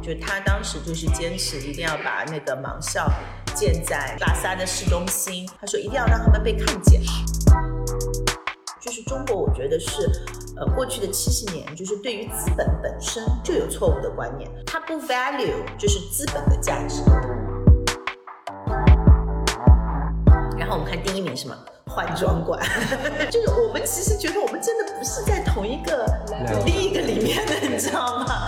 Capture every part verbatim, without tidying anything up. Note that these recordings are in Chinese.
就他当时就是坚持一定要把那个盲校建在拉萨的市中心，他说一定要让他们被看见。就是中国我觉得是呃，过去的七十年就是对于资本本身就有错误的观念，他不 value 就是资本的价值。然后我们看第一名什么换装馆就是我们其实觉得我们真的不是在同一个另一个里面的，你知道吗？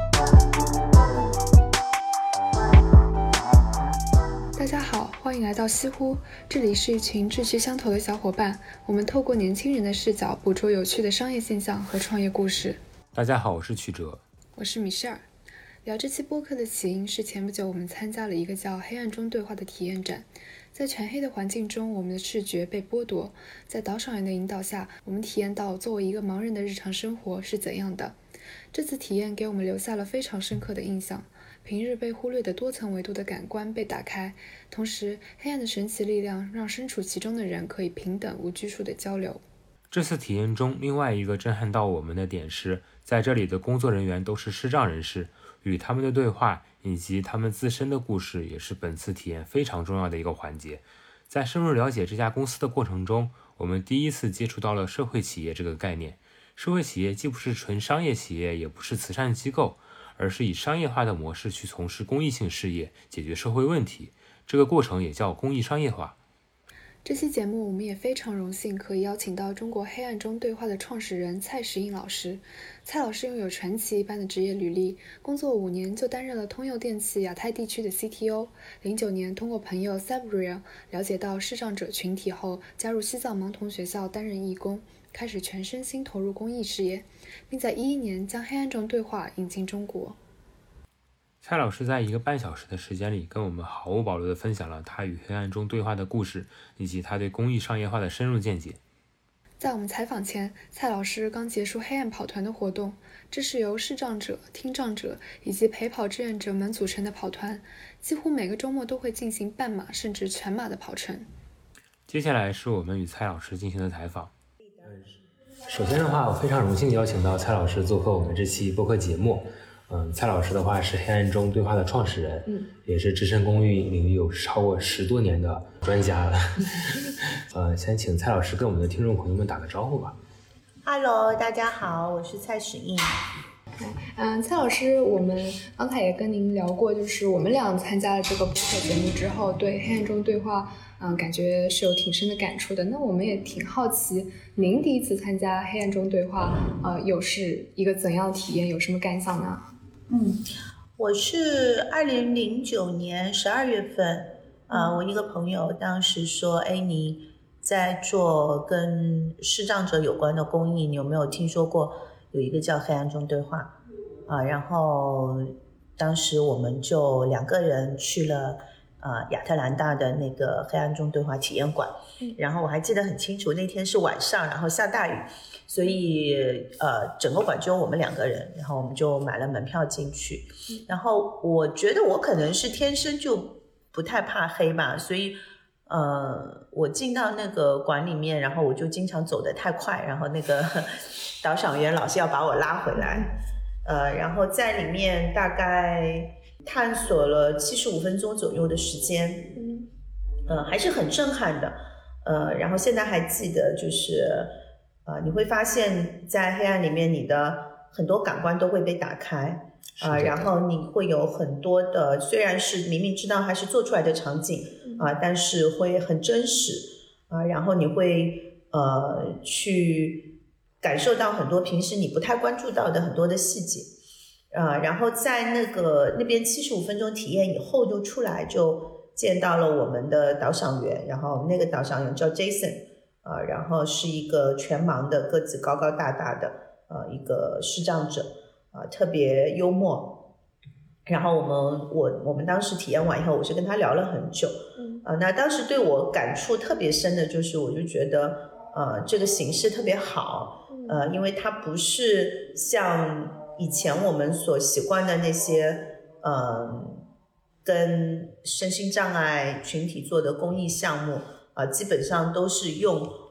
大家好，欢迎来到西湖，这里是一群志趣相投的小伙伴，我们透过年轻人的视角捕捉有趣的商业现象和创业故事。 大家好，我是曲哲， 我是米歇尔。聊这期播客的起因是前不久我们参加了一个叫黑暗中对话的体验展，在全黑的环境中，我们的视觉被剥夺，在导赏员的引导下，我们体验到作为一个盲人的日常生活是怎样的。这次体验给我们留下了非常深刻的印象，平日被忽略的多层维度的感官被打开，同时黑暗的神奇力量让身处其中的人可以平等无拘束的交流。 这次体验中另外一个震撼到我们的点是，在这里的工作人员都是视障人士，与他们的对话以及他们自身的故事也是本次体验非常重要的一个环节。在深入了解这家公司的过程中，我们第一次接触到了社会企业这个概念。社会企业既不是纯商业企业，也不是慈善机构，而是以商业化的模式去从事公益性事业，解决社会问题。这个过程也叫公益商业化。 这期节目我们也非常荣幸可以邀请到中国黑暗中对话的创始人蔡石印老师。蔡老师拥有传奇一般的职业履历，工作五年就担任了通用电气亚太地区的 C T O。零九年通过朋友 Sabria 了解到视障者群体后，加入西藏盲童学校担任义工，开始全身心投入公益事业，并在一一年将黑暗中对话引进中国。 蔡老师在一个半小时的时间里，跟我们毫无保留地分享了他与黑暗中对话的故事，以及他对公益商业化的深入见解。 在我们采访前，蔡老师刚结束黑暗跑团的活动，这是由视障者、听障者以及陪跑志愿者们组成的跑团，几乎每个周末都会进行半马甚至全马的跑程。 接下来是我们与蔡老师进行的采访。首先的话，我非常荣幸邀请到蔡老师做客我们这期播客节目。嗯，蔡老师的话是黑暗中对话的创始人，嗯，也是资深公益领域有超过十多年的专家了。呃，先请蔡老师跟我们的听众朋友们打个招呼吧。 Hello， 大家好，我是蔡石印。 嗯，蔡老师，我们刚才也跟您聊过，就是我们俩参加了这个播客节目之后，对黑暗中对话，嗯，感觉是有挺深的感触的。那我们也挺好奇，您第一次参加黑暗中对话，呃，有是一个怎样的体验，有什么感想呢？ 嗯，我是二零零九年十二月份，呃，我一个朋友当时说，哎，你在做跟视障者有关的公益，你有没有听说过有一个叫黑暗中对话啊？然后当时我们就两个人去了呃亚特兰大的那个黑暗中对话体验馆，然后我还记得很清楚，那天是晚上，然后下大雨。所以呃，整个馆只有我们两个人，然后我们就买了门票进去。然后我觉得我可能是天生就不太怕黑吧，所以呃，我进到那个馆里面，然后我就经常走得太快，然后那个导赏员老是要把我拉回来。呃，然后在里面大概探索了七十五分钟左右的时间，呃，还是很震撼的。呃，然后现在还记得就是。呃，你会发现在黑暗里面你的很多感官都会被打开啊、呃，然后你会有很多的，虽然是明明知道它是做出来的场景啊、呃，但是会很真实啊、呃，然后你会呃去感受到很多平时你不太关注到的很多的细节啊、呃，然后在那个那边七十五分钟体验以后就出来就见到了我们的导赏员，然后那个导赏员叫 Jason。呃，然后是一个全盲的，个子高高大大的呃一个视障者，呃特别幽默。然后我们我我们当时体验完以后，我是跟他聊了很久。呃，那当时对我感触特别深的就是，我就觉得呃这个形式特别好，呃，因为它不是像以前我们所习惯的那些呃跟身心障碍群体做的公益项目。呃，基本上都是用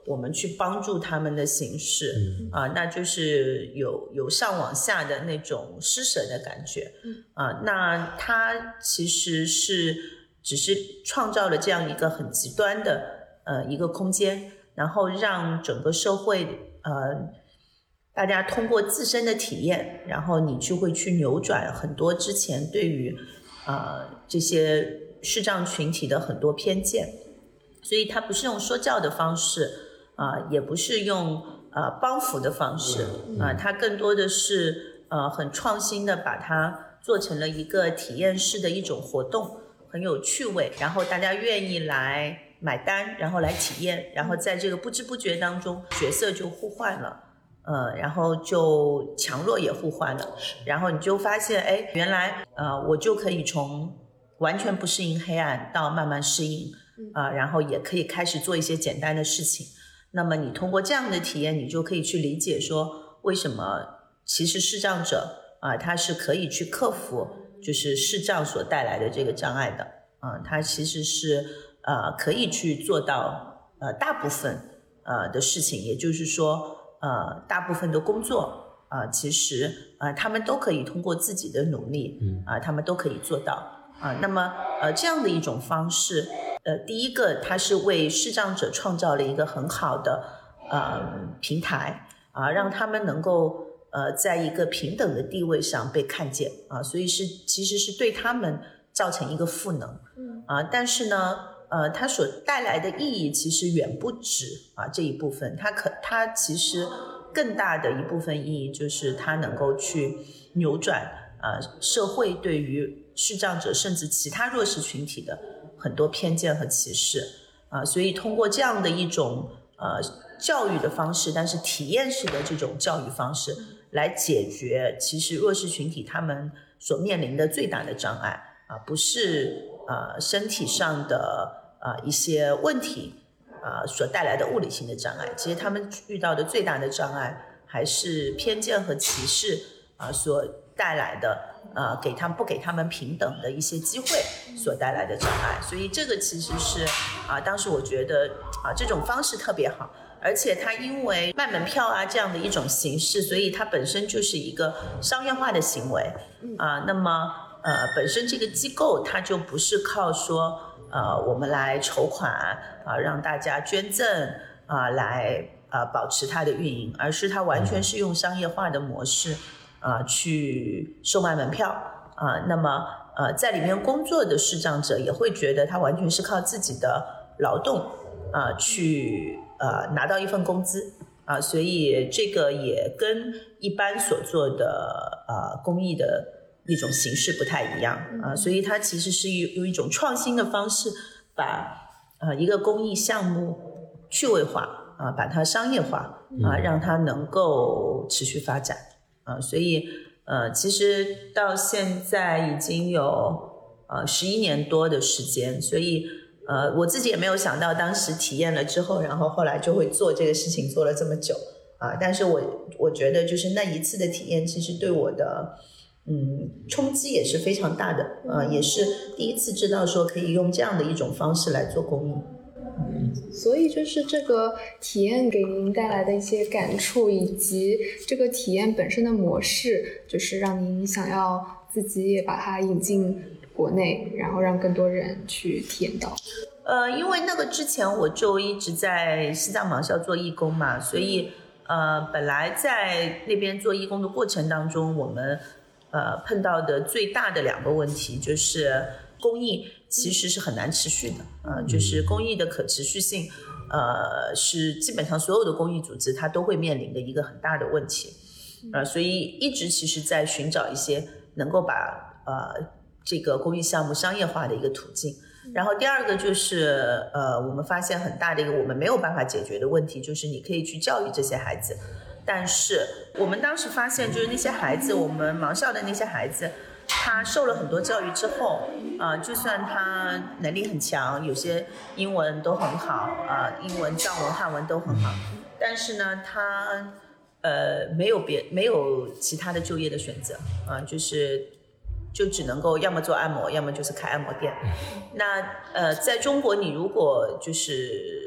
我们去帮助他们的形式啊、嗯呃，那就是有由上往下的那种施舍的感觉啊、呃。那它其实是只是创造了这样一个很极端的呃一个空间，然后让整个社会呃大家通过自身的体验，然后你就会去扭转很多之前对于呃这些视障群体的很多偏见。所以它不是用说教的方式啊、呃，也不是用呃帮扶的方式啊、呃，它更多的是呃很创新的把它做成了一个体验式的一种活动，很有趣味，然后大家愿意来买单，然后来体验，然后在这个不知不觉当中角色就互换了，呃，然后就强弱也互换了，然后你就发现哎，原来呃我就可以从完全不适应黑暗到慢慢适应啊、呃，然后也可以开始做一些简单的事情。那么你通过这样的体验，你就可以去理解说，为什么其实视障者啊、呃，他是可以去克服就是视障所带来的这个障碍的啊、呃，他其实是呃可以去做到呃大部分呃的事情，也就是说呃大部分的工作啊、呃，其实啊、呃、他们都可以通过自己的努力啊、呃，他们都可以做到啊、呃。那么呃这样的一种方式。呃，第一个，它是为视障者创造了一个很好的呃平台啊，让他们能够呃在一个平等的地位上被看见啊，所以是其实是对他们造成一个赋能，嗯啊，但是呢，呃，它所带来的意义其实远不止啊这一部分，它可它其实更大的一部分意义就是它能够去扭转啊社会对于视障者甚至其他弱势群体的很多偏见和歧视啊，所以通过这样的一种呃教育的方式，但是体验式的这种教育方式来解决其实弱势群体他们所面临的最大的障碍啊，不是呃身体上的啊、呃、一些问题啊、呃、所带来的物理性的障碍，其实他们遇到的最大的障碍还是偏见和歧视啊、呃、所带来的。呃，给他们不给他们平等的一些机会所带来的障碍，所以这个其实是啊、呃，当时我觉得啊、呃、这种方式特别好，而且它因为卖门票啊这样的一种形式，所以它本身就是一个商业化的行为啊、呃。那么呃，本身这个机构它就不是靠说呃我们来筹款啊、呃、让大家捐赠啊、呃、来呃保持它的运营，而是它完全是用商业化的模式。啊、呃，去售卖门票啊、呃，那么呃，在里面工作的视障者也会觉得他完全是靠自己的劳动啊、呃、去呃拿到一份工资啊、呃，所以这个也跟一般所做的呃公益的一种形式不太一样啊、呃，所以它其实是用一种创新的方式把呃一个公益项目趣味化啊、呃，把它商业化啊、呃，让它能够持续发展。呃，所以呃，其实到现在已经有呃十一年多的时间，所以呃，我自己也没有想到，当时体验了之后，然后后来就会做这个事情，做了这么久啊、呃。但是我我觉得，就是那一次的体验，其实对我的嗯冲击也是非常大的，呃，也是第一次知道说可以用这样的一种方式来做公益。 嗯，所以就是这个体验给您带来的一些感触，以及这个体验本身的模式，就是让您想要自己也把它引进国内，然后让更多人去体验到。 呃，因为那个之前我就一直在西藏盲校做义工嘛，所以呃，本来在那边做义工的过程当中，我们呃碰到的最大的两个问题就是公益其实是很难持续的，呃，就是公益的可持续性，呃，是基本上所有的公益组织它都会面临的一个很大的问题，呃，所以一直其实在寻找一些能够把呃这个公益项目商业化的一个途径。然后第二个就是呃，我们发现很大的一个我们没有办法解决的问题，就是你可以去教育这些孩子，但是我们当时发现就是那些孩子，我们盲校的那些孩子。他受了很多教育之后，啊、呃，就算他能力很强，有些英文都很好，啊、呃，英文、藏文、汉文都很好，但是呢，他呃没有别没有其他的就业的选择，啊、呃，就是就只能够要么做按摩，要么就是开按摩店。那呃，在中国，你如果就是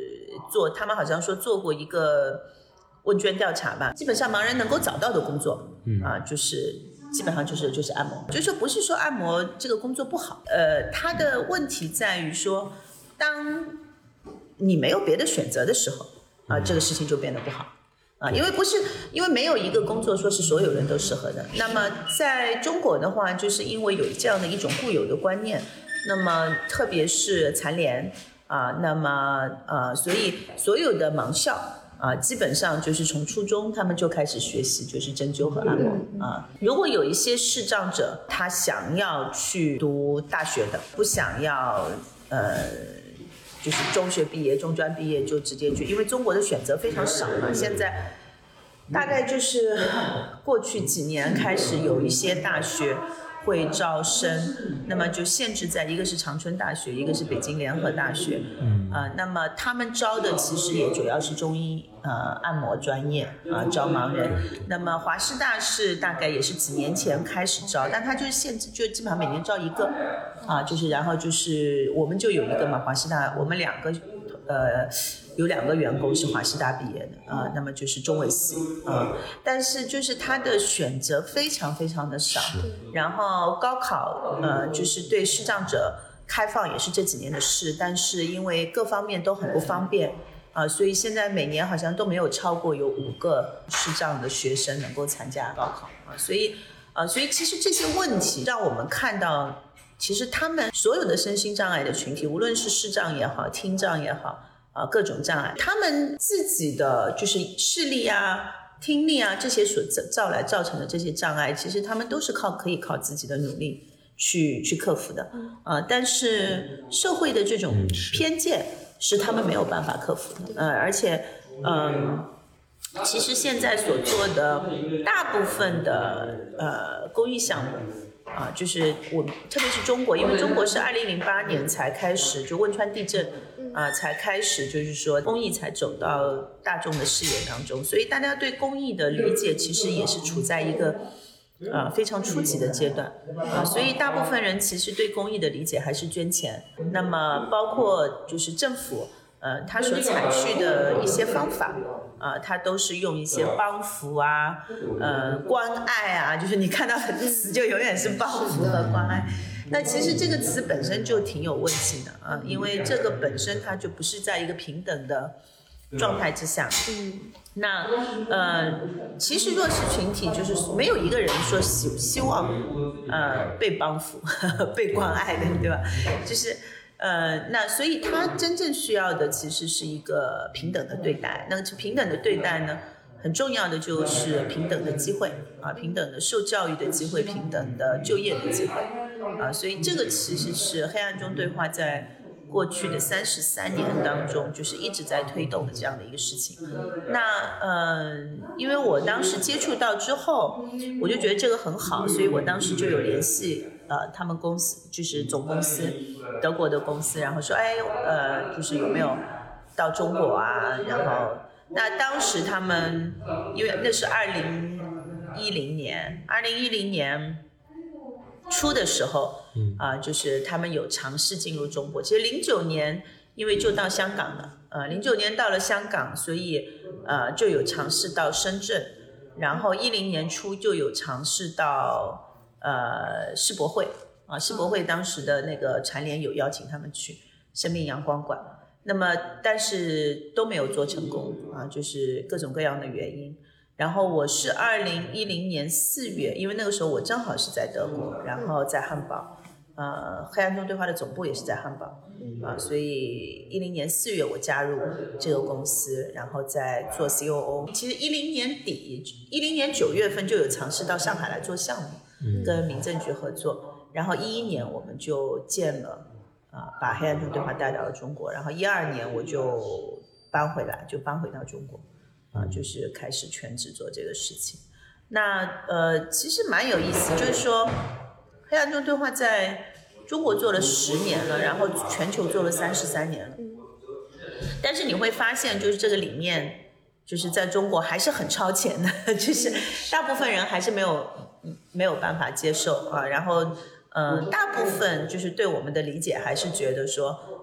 做，他们好像说做过一个问卷调查吧，基本上盲人能够找到的工作，嗯啊，就是基本上就是就是按摩，就是说不是说按摩这个工作不好，呃，它的问题在于说，当你没有别的选择的时候，啊，这个事情就变得不好。啊，因为不是，因为没有一个工作说是所有人都适合的。那么在中国的话，就是因为有这样的一种固有的观念，那么特别是残联啊，那么呃，所以所有的盲校啊，基本上就是从初中他们就开始学习，就是针灸和按摩啊。如果有一些视障者他想要去读大学的，不想要呃。就是中学毕业、中专毕业就直接去，因为中国的选择非常少嘛。现在大概就是过去几年开始有一些大学会招生，那么就限制在一个是长春大学，一个是北京联合大学，嗯，呃，那么他们招的其实也主要是中医呃按摩专业啊、呃，招盲人。那么华师大是大概也是几年前开始招，但它就是限制，就基本上每年招一个啊，就是然后就是我们就有一个嘛，华师大我们两个呃。有两个员工是华师大毕业的啊、呃，那么就是中文系啊、呃，但是就是他的选择非常非常的少，然后高考呃就是对视障者开放也是这几年的事，但是因为各方面都很不方便啊、呃，所以现在每年好像都没有超过有五个视障的学生能够参加高考啊，所以呃所以其实这些问题让我们看到，其实他们所有的身心障碍的群体，无论是视障也好，听障也好。啊，各种障碍，他们自己的就是视力啊、听力啊这些所造来造成的这些障碍，其实他们都是靠可以靠自己的努力去去克服的，啊、呃，但是社会的这种偏见是他们没有办法克服的，呃，而且，嗯、呃，其实现在所做的大部分的呃公益项目。啊，就是我，特别是中国，因为中国是二零零八年才开始，就汶川地震，啊，才开始，就是说公益才走到大众的视野当中，所以大家对公益的理解其实也是处在一个，呃，非常初级的阶段，啊，所以大部分人其实对公益的理解还是捐钱，那么包括就是政府。呃，他所采取的一些方法，呃，他都是用一些帮扶啊，呃，关爱啊，就是你看到的词就永远是帮扶和关爱。那其实这个词本身就挺有问题的啊，因为这个本身它就不是在一个平等的状态之下。嗯。那呃，其实弱势群体就是没有一个人说希希望呃被帮扶、被关爱的，对吧？就是。呃，那所以他真正需要的其实是一个平等的对待。那平等的对待呢，很重要的就是平等的机会啊，平等的受教育的机会，平等的就业的机会啊。所以这个其实是黑暗中对话在过去的三十三年当中，就是一直在推动的这样的一个事情。那呃，因为我当时接触到之后，我就觉得这个很好，所以我当时就有联系呃他们公司，就是总公司。德国的公司，然后说，哎，呃，就是有没有到中国啊？然后，那当时他们，因为那是二零一零年，二零一零年初的时候，啊、呃，就是他们有尝试进入中国。其实零九年，因为就到香港了，呃，零九年到了香港，所以呃就有尝试到深圳，然后一零年初就有尝试到呃世博会。啊，世博会当时的那个残联有邀请他们去生命阳光馆，那么但是都没有做成功啊，就是各种各样的原因。然后我是二零一零年四月，因为那个时候我正好是在德国，然后在汉堡，呃，黑暗中对话的总部也是在汉堡啊，所以一零年四月我加入这个公司，然后再做 C O O。其实一零年底，一零年九月份就有尝试到上海来做项目，跟民政局合作。然后一一年我们就建了，啊、呃，把黑暗中对话带到了中国。然后一二年我就搬回来，就搬回到中国，啊、呃，就是开始全职做这个事情。那呃，其实蛮有意思，就是说，黑暗中对话在中国做了十年了，然后全球做了三十三年了。但是你会发现，就是这个理念，就是在中国还是很超前的，就是大部分人还是没有没有办法接受啊，然后。呃，大部分就是对我们的理解还是觉得说，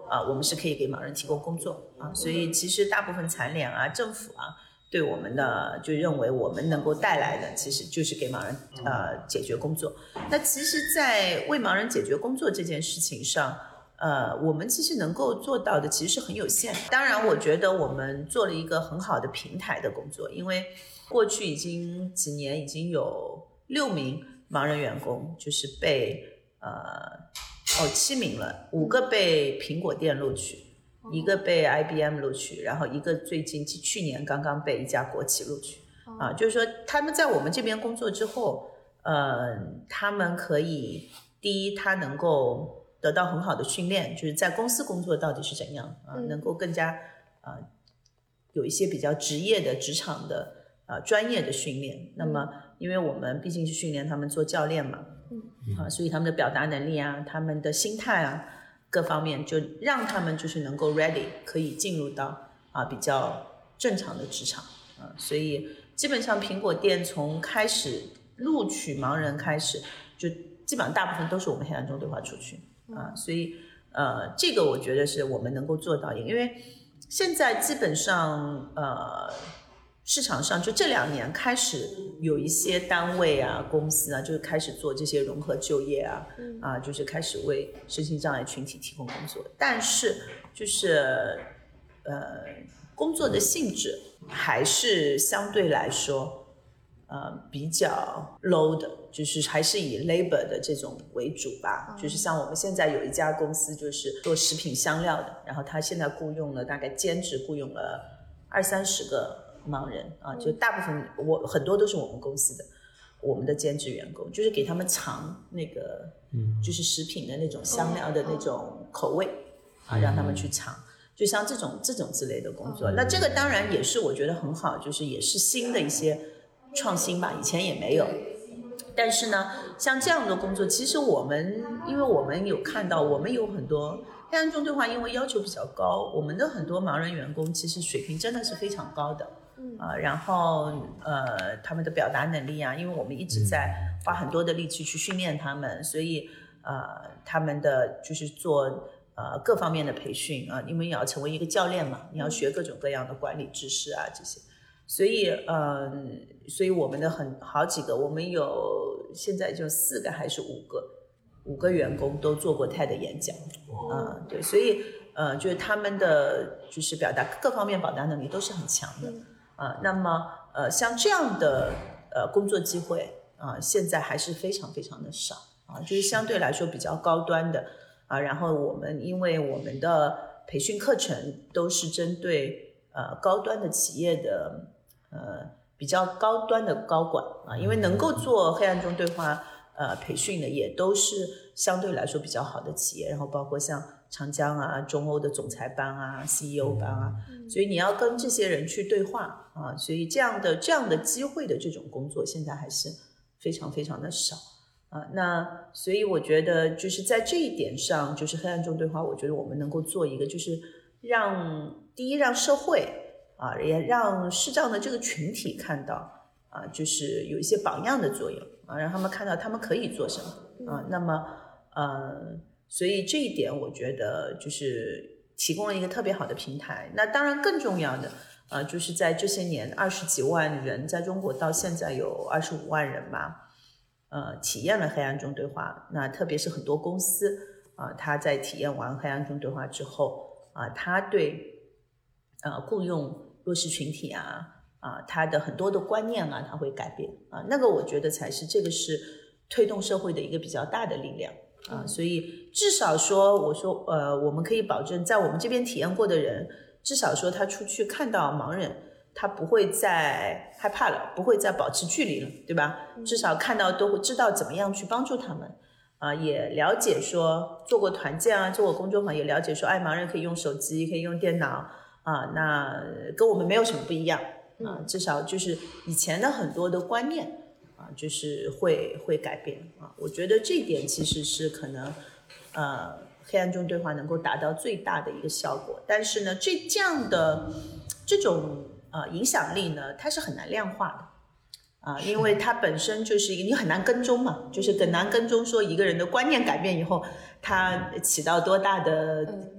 啊、呃，我们是可以给盲人提供工作啊，所以其实大部分残联啊、政府啊，对我们的就认为我们能够带来的，其实就是给盲人呃解决工作。那其实，在为盲人解决工作这件事情上，呃，我们其实能够做到的其实是很有限的。当然，我觉得我们做了一个很好的平台的工作，因为过去已经几年已经有六名盲人员工就是被呃哦七名了，五个被苹果店录取，一个被 I B M 录取，然后一个最近去年刚刚被一家国企录取啊，就是说他们在我们这边工作之后，呃，他们可以第一，他能够得到很好的训练，就是在公司工作到底是怎样啊，能够更加呃有一些比较职业的职场的呃专业的训练。那么，因为我们毕竟是训练他们做教练嘛，啊，所以他们的表达能力啊，他们的心态啊。各方面就让他们就是能够 ready 可以进入到啊比较正常的职场啊，所以基本上苹果店从开始录取盲人开始，就基本上大部分都是我们黑暗中对话出去啊，所以呃这个我觉得是我们能够做到的，因为现在基本上呃市场上就这两年开始有一些单位啊、公司啊，就是开始做这些融合就业啊，嗯、啊，就是开始为身心障碍群体提供工作。但是就是呃，工作的性质还是相对来说呃比较 low 的，就是还是以 labor 的这种为主吧。嗯、就是像我们现在有一家公司，就是做食品香料的，然后他现在雇佣了大概兼职雇佣了二三十个。盲人啊，就大部分我很多都是我们公司的，我们的兼职员工，就是给他们尝那个，嗯，就是食品的那种香料的那种口味啊，让他们去尝，就像这种这种之类的工作。那这个当然也是我觉得很好，就是也是新的一些创新吧，以前也没有。但是呢，像这样的工作，其实我们因为我们有看到，我们有很多。黑暗中对话因为要求比较高，我们的很多盲人员工其实水平真的是非常高的，嗯啊、呃，然后呃他们的表达能力啊，因为我们一直在花很多的力气去训练他们，所以呃他们的就是做呃各方面的培训啊、呃，因为你要成为一个教练嘛，你要学各种各样的管理知识啊这些，所以呃所以我们的很好几个，我们有现在就四个还是五个。五个员工都做过 T E D 演讲，啊、呃，对，所以呃，就是他们的就是表达各方面表达能力都是很强的，啊、呃，那么呃，像这样的呃工作机会啊、呃，现在还是非常非常的少啊，就是相对来说比较高端的啊，然后我们因为我们的培训课程都是针对呃高端的企业的呃比较高端的高管啊，因为能够做黑暗中对话。呃，培训的也都是相对来说比较好的企业，然后包括像长江啊、中欧的总裁班啊、C E O 班啊，嗯、所以你要跟这些人去对话啊，所以这样的这样的机会的这种工作现在还是非常非常的少啊。那所以我觉得就是在这一点上，就是黑暗中对话，我觉得我们能够做一个，就是让第一让社会啊，也让视障的这个群体看到。啊，就是有一些榜样的作用啊，让他们看到他们可以做什么啊。那么，呃，所以这一点我觉得就是提供了一个特别好的平台。那当然更重要的，呃，就是在这些年二十几万人在中国到现在有二十五万人吧，呃，体验了黑暗中对话。那特别是很多公司啊、呃，他在体验完黑暗中对话之后啊、呃，他对呃雇佣弱势群体啊。啊，他的很多的观念啊，他会改变啊，那个我觉得才是这个是推动社会的一个比较大的力量啊，所以至少说，我说呃，我们可以保证，在我们这边体验过的人，至少说他出去看到盲人，他不会再害怕了，不会再保持距离了，对吧？至少看到都会知道怎么样去帮助他们啊，也了解说做过团建啊，做过工作坊，也了解说，哎，盲人可以用手机，可以用电脑啊，那跟我们没有什么不一样。啊，至少就是以前的很多的观念啊，就是会会改变啊。我觉得这一点其实是可能，呃，黑暗中对话能够达到最大的一个效果。但是呢，这这样的这种呃影响力呢，它是很难量化的啊，因为它本身就是一个你很难跟踪嘛，就是很难跟踪说一个人的观念改变以后，它起到多大的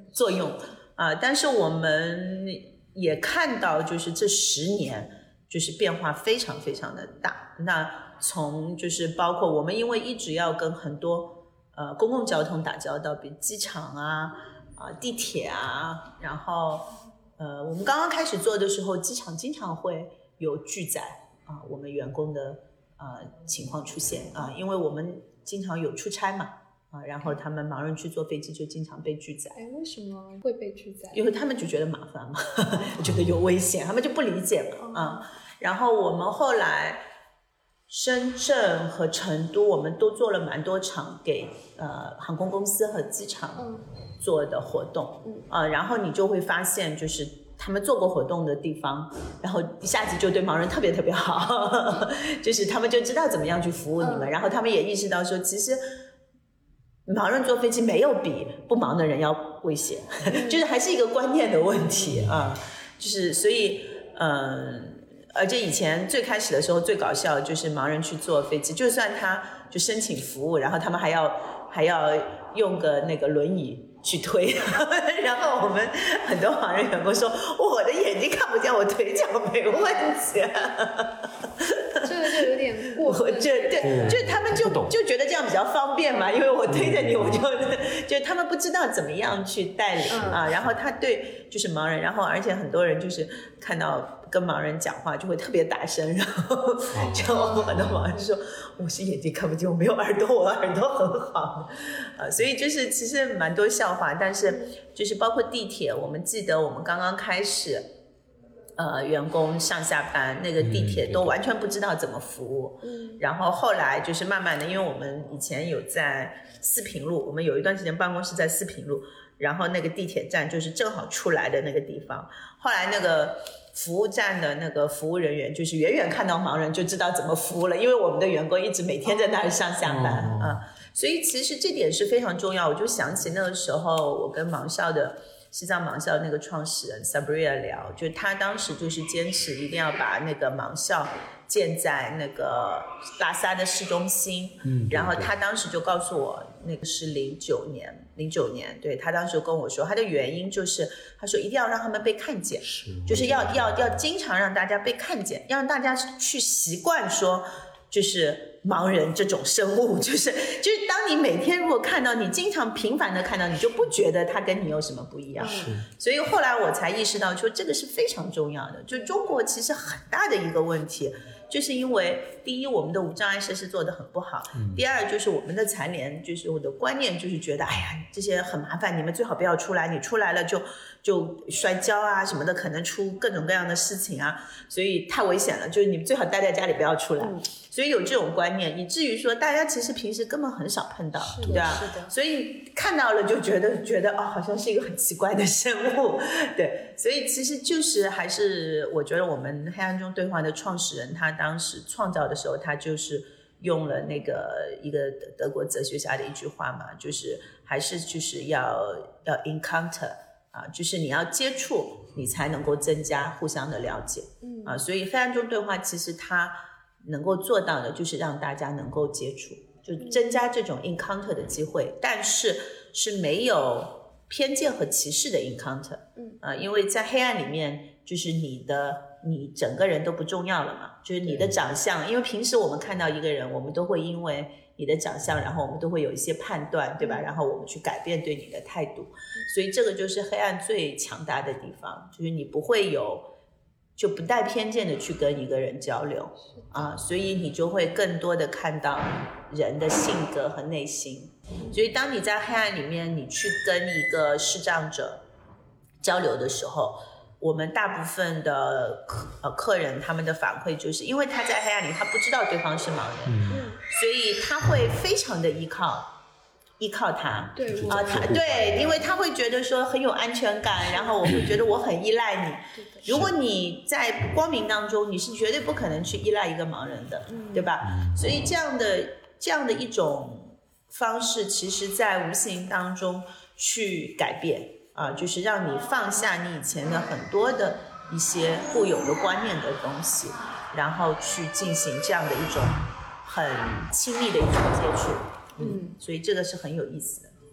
作用啊、呃。但是我们也看到，就是这十年就是变化非常非常的大。那从就是包括我们因为一直要跟很多呃公共交通打交道，比如机场啊啊、呃、地铁啊，然后呃我们刚刚开始做的时候，机场经常会有拒载啊、呃、我们员工的呃情况出现啊、呃，因为我们经常有出差嘛。啊，然后他们盲人去坐飞机就经常被拒载。 哎，为什么会被拒载？ 因为他们就觉得麻烦嘛，觉得有危险，他们就不理解嘛。啊、嗯，然后我们后来深圳和成都，我们都做了蛮多场给呃航空公司和机场做的活动。嗯，啊、呃，然后你就会发现，就是他们做过活动的地方，然后一下子就对盲人特别特别好，就是他们就知道怎么样去服务你们，嗯、然后他们也意识到说，其实。盲人坐飞机没有比不盲的人要危险，就是还是一个观念的问题啊，就是所以嗯，而且以前最开始的时候最搞笑就是盲人去坐飞机，就算他就申请服务，然后他们还要还要用个那个轮椅去推，然后我们很多盲人员工说我的眼睛看不见，我腿脚没问题。 这个就有点过分， 就对，就他们就就觉得这样比较方便嘛，因为我推着你，我就就他们不知道怎么样去带领啊。然后他对就是盲人，然后而且很多人就是看到跟盲人讲话就会特别大声，然后就很多盲人说我是眼睛看不见，我没有耳朵，我耳朵很好啊。所以就是其实蛮多笑话，但是就是包括地铁，我们记得我们刚刚开始。呃，员工上下班那个地铁都完全不知道怎么服务，嗯，然后后来就是慢慢的，因为我们以前有在四平路，我们有一段时间办公室在四平路，然后那个地铁站就是正好出来的那个地方，后来那个服务站的那个服务人员就是远远看到盲人就知道怎么服务了，因为我们的员工一直每天在那里上下班啊、嗯，所以其实这点是非常重要。我就想起那个时候我跟盲校的。西藏盲校那个创始人 Sabria 聊，就他当时就是坚持一定要把那个盲校建在那个拉萨的市中心，嗯，然后他当时就告诉我，那个是零九年，零九年，对，他当时跟我说，他的原因就是他说一定要让他们被看见，是，就是要要要经常让大家被看见，让大家去习惯说。就是盲人这种生物，就是就是当你每天如果看到你经常频繁的看到，你就不觉得他跟你有什么不一样。所以后来我才意识到说这个是非常重要的。就中国其实很大的一个问题，就是因为第一我们的无障碍设施做得很不好，嗯、第二就是我们的残联就是我的观念就是觉得哎呀这些很麻烦，你们最好不要出来，你出来了就就摔跤啊什么的，可能出各种各样的事情啊，所以太危险了，就是你们最好待在家里不要出来。嗯，所以有这种观念，以至于说大家其实平时根本很少碰到，对吧？是的。所以看到了就觉得觉得哦，好像是一个很奇怪的生物，对。所以其实就是还是我觉得我们黑暗中对话的创始人，他当时创造的时候，他就是用了那个一个德国哲学家的一句话嘛，就是还是就是要要 encounter 啊，就是你要接触，你才能够增加互相的了解。嗯啊，所以黑暗中对话其实它。能够做到的就是让大家能够接触，就增加这种 encounter 的机会，但是是没有偏见和歧视的 encounter。嗯，啊、呃，因为在黑暗里面，就是你的你整个人都不重要了嘛，就是你的长相，因为平时我们看到一个人，我们都会因为你的长相，然后我们都会有一些判断，对吧？然后我们去改变对你的态度，所以这个就是黑暗最强大的地方，就是你不会有。就不带偏见的去跟一个人交流啊，所以你就会更多的看到人的性格和内心。所以当你在黑暗里面，你去跟一个视障者交流的时候，我们大部分的呃客人他们的反馈就是，因为他在黑暗里，他不知道对方是盲人，嗯、所以他会非常的依靠。依靠他， 对啊，他对，因为他会觉得说很有安全感，然后我会觉得我很依赖你。如果你在光明当中，你是绝对不可能去依赖一个盲人的，嗯、对吧？所以这样的这样的一种方式，其实在无形当中去改变啊，就是让你放下你以前的很多的一些固有的观念的东西，然后去进行这样的一种很亲密的一种接触。嗯，所以这个是很有意思的。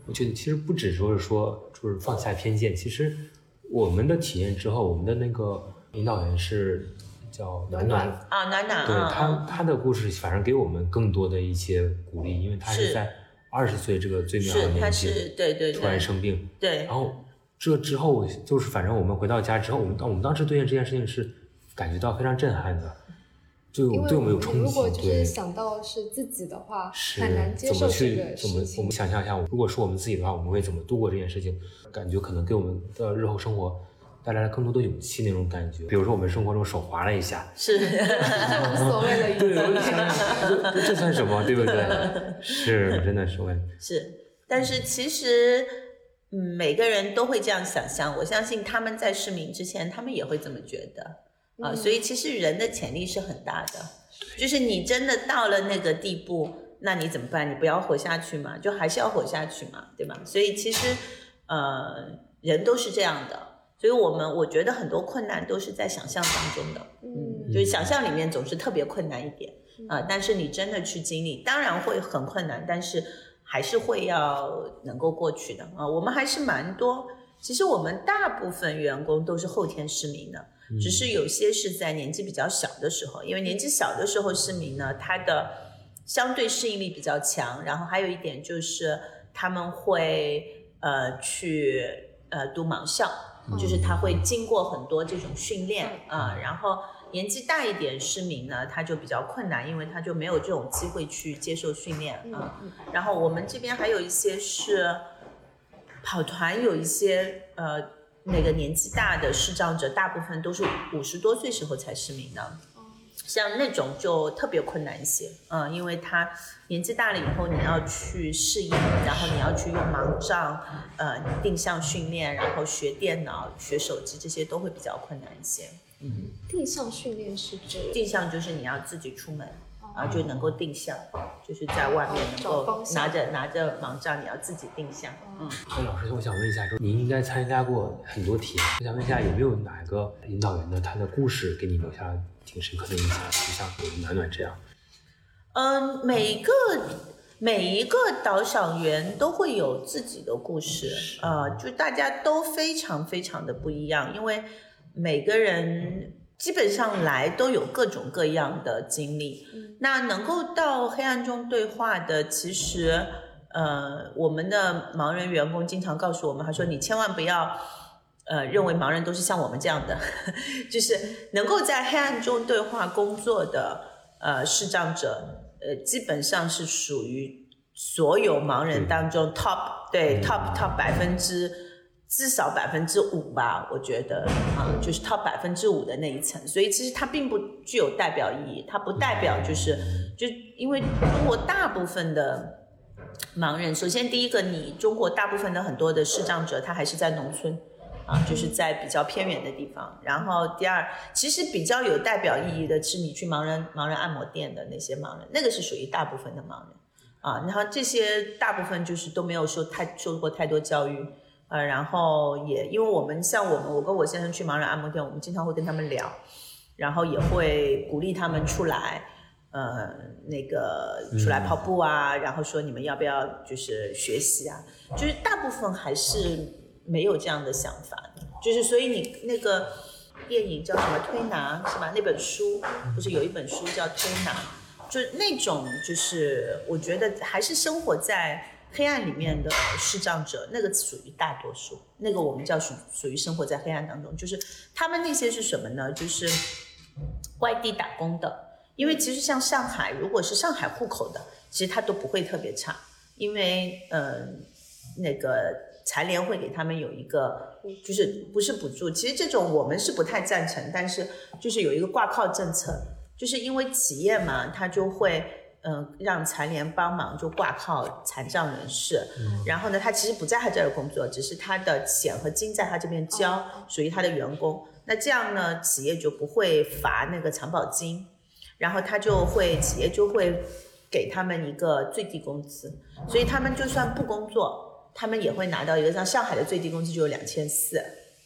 我觉得其实不只说是说就是放下偏见，其实我们的体验之后，我们的那个引导员是叫暖暖啊，暖暖， 对啊、 他他的故事反而给我们更多的一些鼓励，因为他是在二十岁这个最妙的年纪， 对对对， 突然生病， 对， 然后这之后就是反正我们回到家之后，我们我们当时对这件事情是感觉到非常震撼的。就对我们有冲击， 如果就是想到是自己的话，很难接受这个事情。 怎么去？我们想象一下，如果是我们自己的话，我们会怎么度过这件事情？感觉可能给我们的日后生活带来了更多的勇气那种感觉。比如说我们生活中手滑了一下， 是这无所谓的。 对，我就想想，这这算什么？对不对？是，真的是会是，但是其实。嗯，每个人都会这样想象，我相信他们在失明之前，他们也会这么觉得啊、呃。所以其实人的潜力是很大的，就是你真的到了那个地步，那你怎么办？你不要活下去嘛，就还是要活下去嘛，对吧？所以其实呃，人都是这样的，所以我们我觉得很多困难都是在想象当中的，嗯，就是想象里面总是特别困难一点啊、呃，但是你真的去经历，当然会很困难，但是。还是会要能够过去的啊，我们还是蛮多。其实我们大部分员工都是后天失明的，嗯、只是有些是在年纪比较小的时候，因为年纪小的时候失明呢，他的相对适应力比较强。然后还有一点就是他们会呃去呃读盲校，嗯、就是他会经过很多这种训练啊、呃，然后。年纪大一点失明呢，他就比较困难，因为他就没有这种机会去接受训练啊、嗯。然后我们这边还有一些是跑团，有一些呃那个年纪大的视障者，大部分都是五十多岁时候才失明的，像那种就特别困难一些，嗯，因为他年纪大了以后，你要去适应，然后你要去用盲杖，呃，定向训练，然后学电脑、学手机，这些都会比较困难一些。 嗯，定向训练是指定向就是你要自己出门啊，就能够定向，就是在外面能够拿着拿着盲杖，你要自己定向。嗯， 那老师，我想问一下，说您应该参加过很多体验，我想问一下，有没有哪个引导员的他的故事给你留下挺深刻的印象，就像我们暖暖这样？ 嗯，每个每一个导赏员都会有自己的故事啊、呃，就大家都非常非常的不一样，因为。每个人基本上来都有各种各样的经历，嗯、那能够到黑暗中对话的，其实呃，我们的盲人员工经常告诉我们，他说你千万不要呃认为盲人都是像我们这样的，就是能够在黑暗中对话工作的呃视障者，呃，基本上是属于所有盲人当中 top 对 top top 百分之。至少百分之五吧，我觉得啊，就是 top 百分之五的那一层，所以其实它并不具有代表意义，它不代表就是就因为中国大部分的盲人，首先第一个，你中国大部分的很多的视障者，他还是在农村啊，就是在比较偏远的地方。然后第二，其实比较有代表意义的是你去盲人盲人按摩店的那些盲人，那个是属于大部分的盲人啊，然后这些大部分就是都没有受太受过太多教育。呃，然后也因为我们像我们，我跟我先生去盲人按摩店，我们经常会跟他们聊，然后也会鼓励他们出来，呃，那个出来跑步啊，嗯、然后说你们要不要就是学习啊，就是大部分还是没有这样的想法的，就是所以你那个电影叫什么推拿是吧？那本书不是有一本书叫推拿，就那种就是我觉得还是生活在。黑暗里面的视障者，那个属于大多数，那个我们叫属属于生活在黑暗当中，就是他们那些是什么呢？就是外地打工的，因为其实像上海，如果是上海户口的，其实他都不会特别差，因为呃那个财联会给他们有一个，就是不是补助，其实这种我们是不太赞成，但是就是有一个挂靠政策，就是因为企业嘛，他就会。嗯，让财联帮忙就挂靠残障人士，嗯、然后呢，他其实不在他这儿工作，只是他的钱和金在他这边交，哦、属于他的员工。那这样呢，企业就不会罚那个残保金，然后他就会企业就会给他们一个最低工资，所以他们就算不工作，他们也会拿到一个像上海的最低工资就有两千四。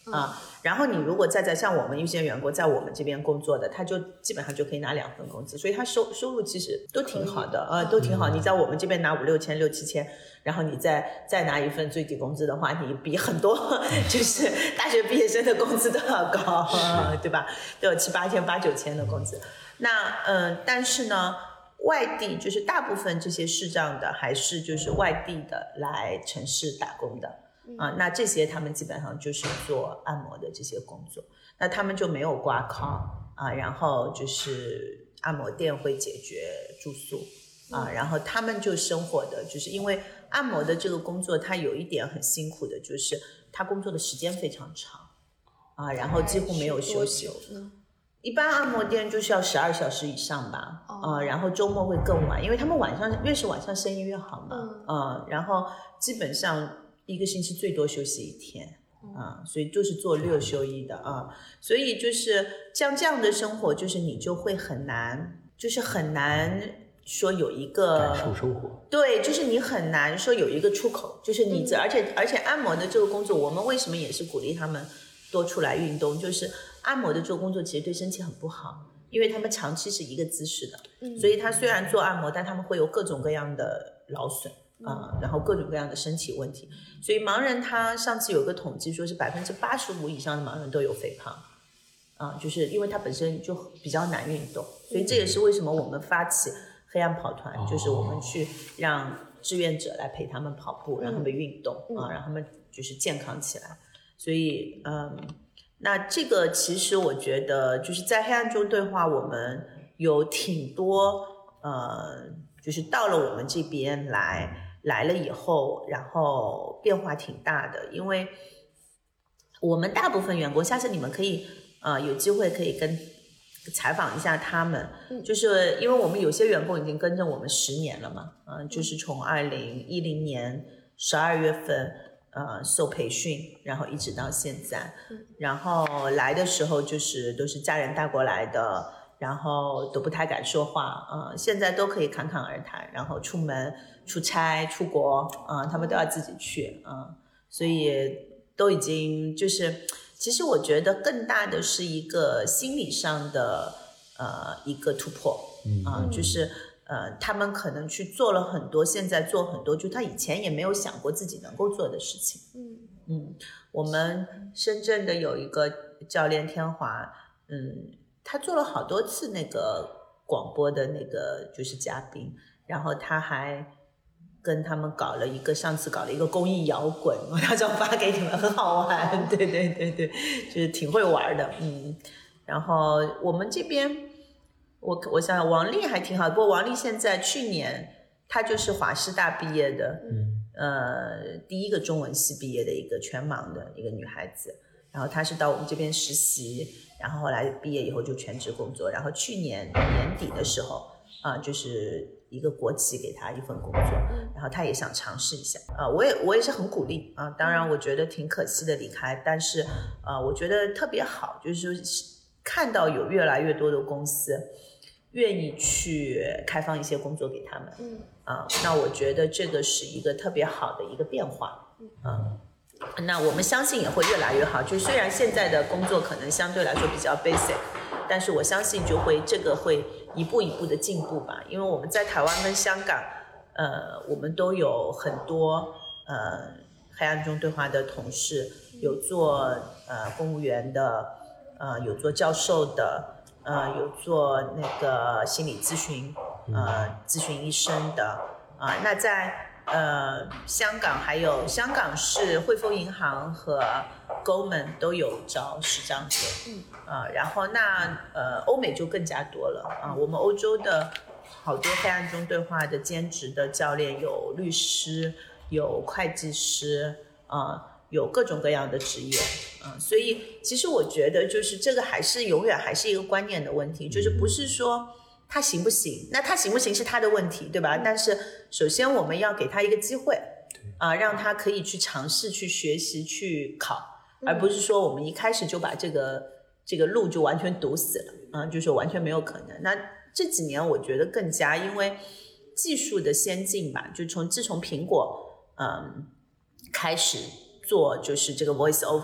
啊，然后你如果再在像我们一些员工在我们这边工作的，他就基本上就可以拿两份工资，所以他收收入其实都挺好的，呃，都挺好。你在我们这边拿五六千、六七千，然后你再再拿一份最低工资的话，你比很多就是大学毕业生的工资都要高，对吧？都有七八千、八九千的工资。那嗯、呃，但是呢，外地就是大部分这些视障的还是就是外地的来城市打工的。啊，那这些他们基本上就是做按摩的这些工作，那他们就没有挂靠啊，然后就是按摩店会解决住宿啊，然后他们就生活的就是因为按摩的这个工作，它有一点很辛苦的，就是他工作的时间非常长啊，然后几乎没有休息。一般按摩店就是要十二小时以上吧，啊、呃，然后周末会更晚，因为他们晚上越是晚上生意越好嘛，嗯、呃，然后基本上。一个星期最多休息一天啊，所以就是做六休一的啊，所以就是像这样的生活，就是你就会很难，就是很难说有一个感受生活。 对，就是你很难说有一个出口，就是你这、嗯、而且而且按摩的这个工作，我们为什么也是鼓励他们多出来运动？就是按摩的这个工作其实对身体很不好，因为他们长期是一个姿势的，嗯、所以他虽然做按摩，但他们会有各种各样的劳损。啊、嗯，然后各种各样的身体问题，所以盲人他上次有个统计说是百分之八十五以上的盲人都有肥胖，啊，就是因为他本身就比较难运动，所以这也是为什么我们发起黑暗跑团，嗯、就是我们去让志愿者来陪他们跑步，让他们运动、嗯、啊，让他们就是健康起来。所以，嗯，那这个其实我觉得就是在黑暗中对话，我们有挺多呃，就是到了我们这边来。来了以后，然后变化挺大的，因为我们大部分员工，下次你们可以呃有机会可以跟采访一下他们，嗯、就是因为我们有些员工已经跟着我们十年了嘛，嗯、呃，就是从二零一零年十二月份呃受培训，然后一直到现在，嗯、然后来的时候就是都是家人带过来的。然后都不太敢说话，嗯，现在都可以侃侃而谈，然后出门、出差、出国，嗯，他们都要自己去，嗯，所以都已经就是，其实我觉得更大的是一个心理上的呃一个突破，嗯，啊、呃，就是呃他们可能去做了很多，现在做很多，就他以前也没有想过自己能够做的事情，嗯嗯，我们深圳的有一个教练天华，嗯。他做了好多次那个广播的那个就是嘉宾，然后他还跟他们搞了一个，上次搞了一个公益摇滚，我到时候发给你们，很好玩，对对对对，就是挺会玩的，嗯。然后我们这边，我我想想，王丽还挺好，不过王丽现在去年她就是华师大毕业的，嗯，呃，第一个中文系毕业的一个全盲的一个女孩子，然后她是到我们这边实习。然后后来毕业以后就全职工作，然后去年年底的时候啊、呃，就是一个国企给他一份工作，然后他也想尝试一下啊、呃，我也我也是很鼓励啊、呃，当然我觉得挺可惜的离开，但是呃，我觉得特别好，就是看到有越来越多的公司愿意去开放一些工作给他们，嗯啊、呃，那我觉得这个是一个特别好的一个变化，嗯。呃那我们相信也会越来越好，就虽然现在的工作可能相对来说比较 basic， 但是我相信就会这个会一步一步的进步吧。因为我们在台湾跟香港，呃，我们都有很多呃黑暗中对话的同事，有做呃公务员的，呃有做教授的，呃有做那个心理咨询，呃咨询医生的啊、呃，那在。呃，香港还有香港市汇丰银行和 Goldman 都有招视障者，嗯啊、呃，然后那呃欧美就更加多了啊、呃，我们欧洲的好多黑暗中对话的兼职的教练有律师，有会计师啊、呃，有各种各样的职业啊、呃，所以其实我觉得就是这个还是永远还是一个观念的问题，就是不是说。他行不行？那他行不行是他的问题，对吧？但是首先我们要给他一个机会，啊、呃，让他可以去尝试、去学习、去考，而不是说我们一开始就把这个这个路就完全堵死了，啊、呃，就是完全没有可能。那这几年我觉得更加，因为技术的先进吧，就从自从苹果嗯开始做就是这个 voice over。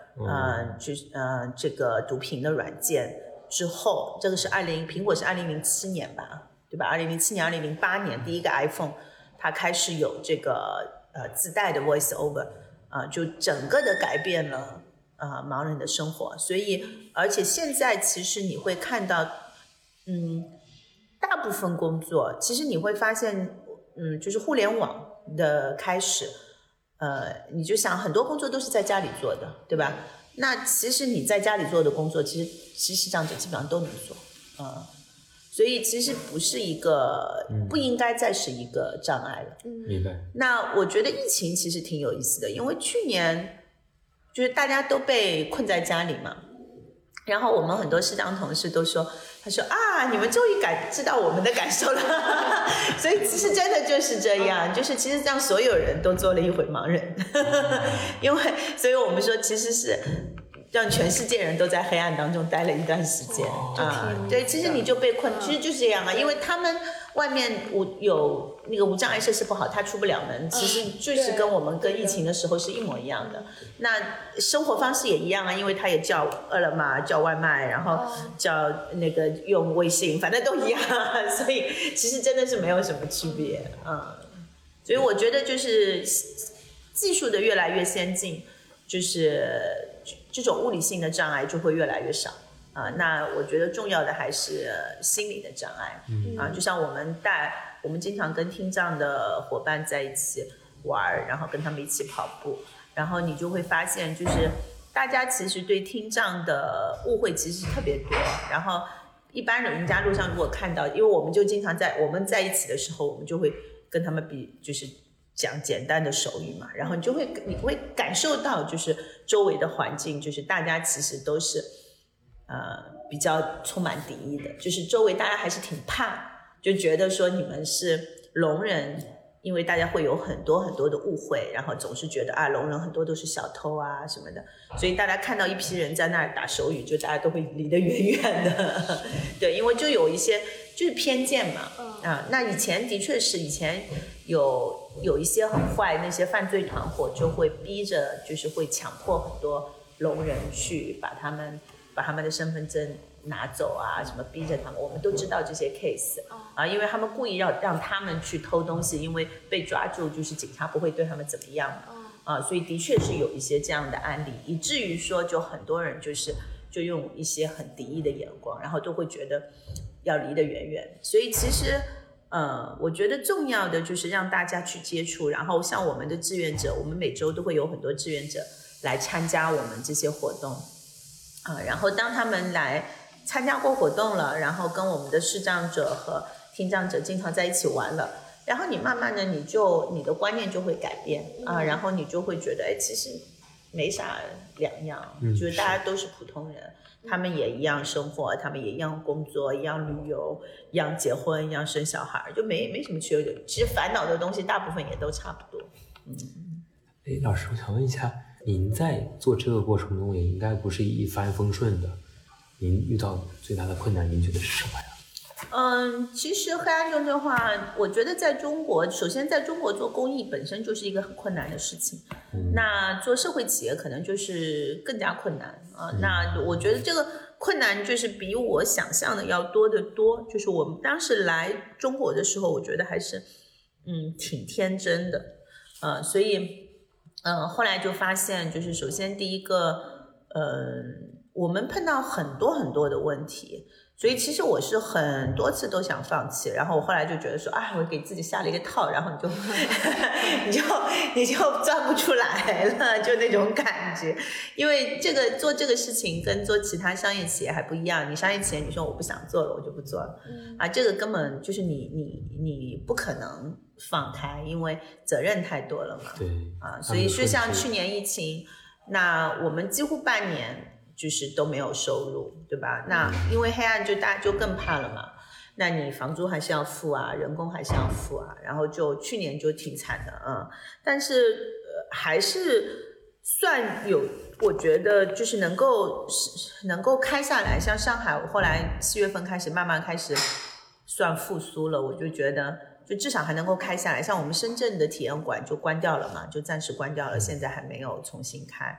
呃，就呃这个毒品的软件之后，这个是二零苹果是二零零七年吧，对吧？二零零七年、二零零八年第一个 iPhone 它开始有这个呃自带的 Voice Over， 啊、呃，就整个的改变了呃盲人的生活。所以，而且现在其实你会看到，嗯，大部分工作其实你会发现，嗯，就是互联网的开始。呃，你就想很多工作都是在家里做的，对吧？那其实你在家里做的工作，其实其实视障者基本上都能做，嗯，所以其实不是一个，不应该再是一个障碍了。 嗯，明白。 那我觉得疫情其实挺有意思的，因为去年就是大家都被困在家里嘛，然后我们很多视障同事都说，他说啊，你们终于感知到我们的感受了，所以其实真的就是这样，就是其实让所有人都做了一回盲人，因为所以我们说其实是让全世界人都在黑暗当中待了一段时间、哦、啊，对，其实你就被困，其实就是这样啊，因为他们外面无有那个无障碍设施不好，他出不了门，其实就是跟我们跟疫情的时候是一模一样的。那生活方式也一样啊，因为他也叫饿了么、叫外卖，然后叫那个用微信，反正都一样，所以其实真的是没有什么区别，嗯。所以我觉得就是技术的越来越先进，就是这种物理性的障碍就会越来越少。啊、呃，那我觉得重要的还是心理的障碍，嗯啊，就像我们带我们经常跟听障的伙伴在一起玩，然后跟他们一起跑步，然后你就会发现，就是大家其实对听障的误会其实特别多，然后一般人家路上如果看到，因为我们就经常在我们在一起的时候，我们就会跟他们比，就是讲简单的手语嘛，然后你就会你会感受到，就是周围的环境，就是大家其实都是。呃，比较充满敌意的，就是周围大家还是挺怕，就觉得说你们是聋人，因为大家会有很多很多的误会，然后总是觉得啊，聋人很多都是小偷啊什么的，所以大家看到一批人在那儿打手语，就大家都会离得远远的，对，因为就有一些就是偏见嘛，啊，那以前的确是以前有有一些很坏那些犯罪团伙就会逼着，就是会强迫很多聋人去把他们。把他们的身份证拿走啊，什么逼着他们，我们都知道这些 case 啊，因为他们故意要让他们去偷东西，因为被抓住就是警察不会对他们怎么样啊，所以的确是有一些这样的案例，以至于说就很多人就是就用一些很敌意的眼光，然后都会觉得要离得远远，所以其实呃，我觉得重要的就是让大家去接触，然后像我们的志愿者，我们每周都会有很多志愿者来参加我们这些活动。啊、呃，然后当他们来参加过活动了，然后跟我们的视障者和听障者经常在一起玩了，然后你慢慢的你就你的观念就会改变啊、呃，然后你就会觉得哎，其实没啥两样，嗯、就是大家都是普通人，他们也一样生活，他们也一样工作，一样旅游，一样结婚，一样生小孩，就没没什么区别。其实烦恼的东西大部分也都差不多。嗯， 哎，老师，我想问一下。您在做这个过程中也应该不是一帆风顺的，您遇到最大的困难您觉得是什么呀？ 嗯，其实黑暗中对话，我觉得在中国，首先在中国做公益本身就是一个很困难的事情，嗯、那做社会企业可能就是更加困难啊、嗯。那我觉得这个困难就是比我想象的要多得多。就是我们当时来中国的时候，我觉得还是嗯挺天真的，呃，所以。嗯，后来就发现，就是首先第一个，呃，我们碰到很多很多的问题，所以其实我是很多次都想放弃，然后我后来就觉得说，啊，我给自己下了一个套，然后你就你就你就钻不出来了，就那种感觉。因为这个做这个事情跟做其他商业企业还不一样，你商业企业你说我不想做了，我就不做了，嗯、啊，这个根本就是你你你不可能。放开，因为责任太多了嘛。 对啊，所以就像去年疫情，那我们几乎半年就是都没有收入，对吧？那因为黑暗就大家就更怕了嘛。那你房租还是要付啊，人工还是要付啊，然后就去年就挺惨的，嗯。但是、呃、还是算有，我觉得就是能够能够开下来。像上海，后来七月份开始慢慢开始算复苏了，我就觉得。就至少还能够开下来，像我们深圳的体验馆就关掉了嘛，就暂时关掉了，现在还没有重新开，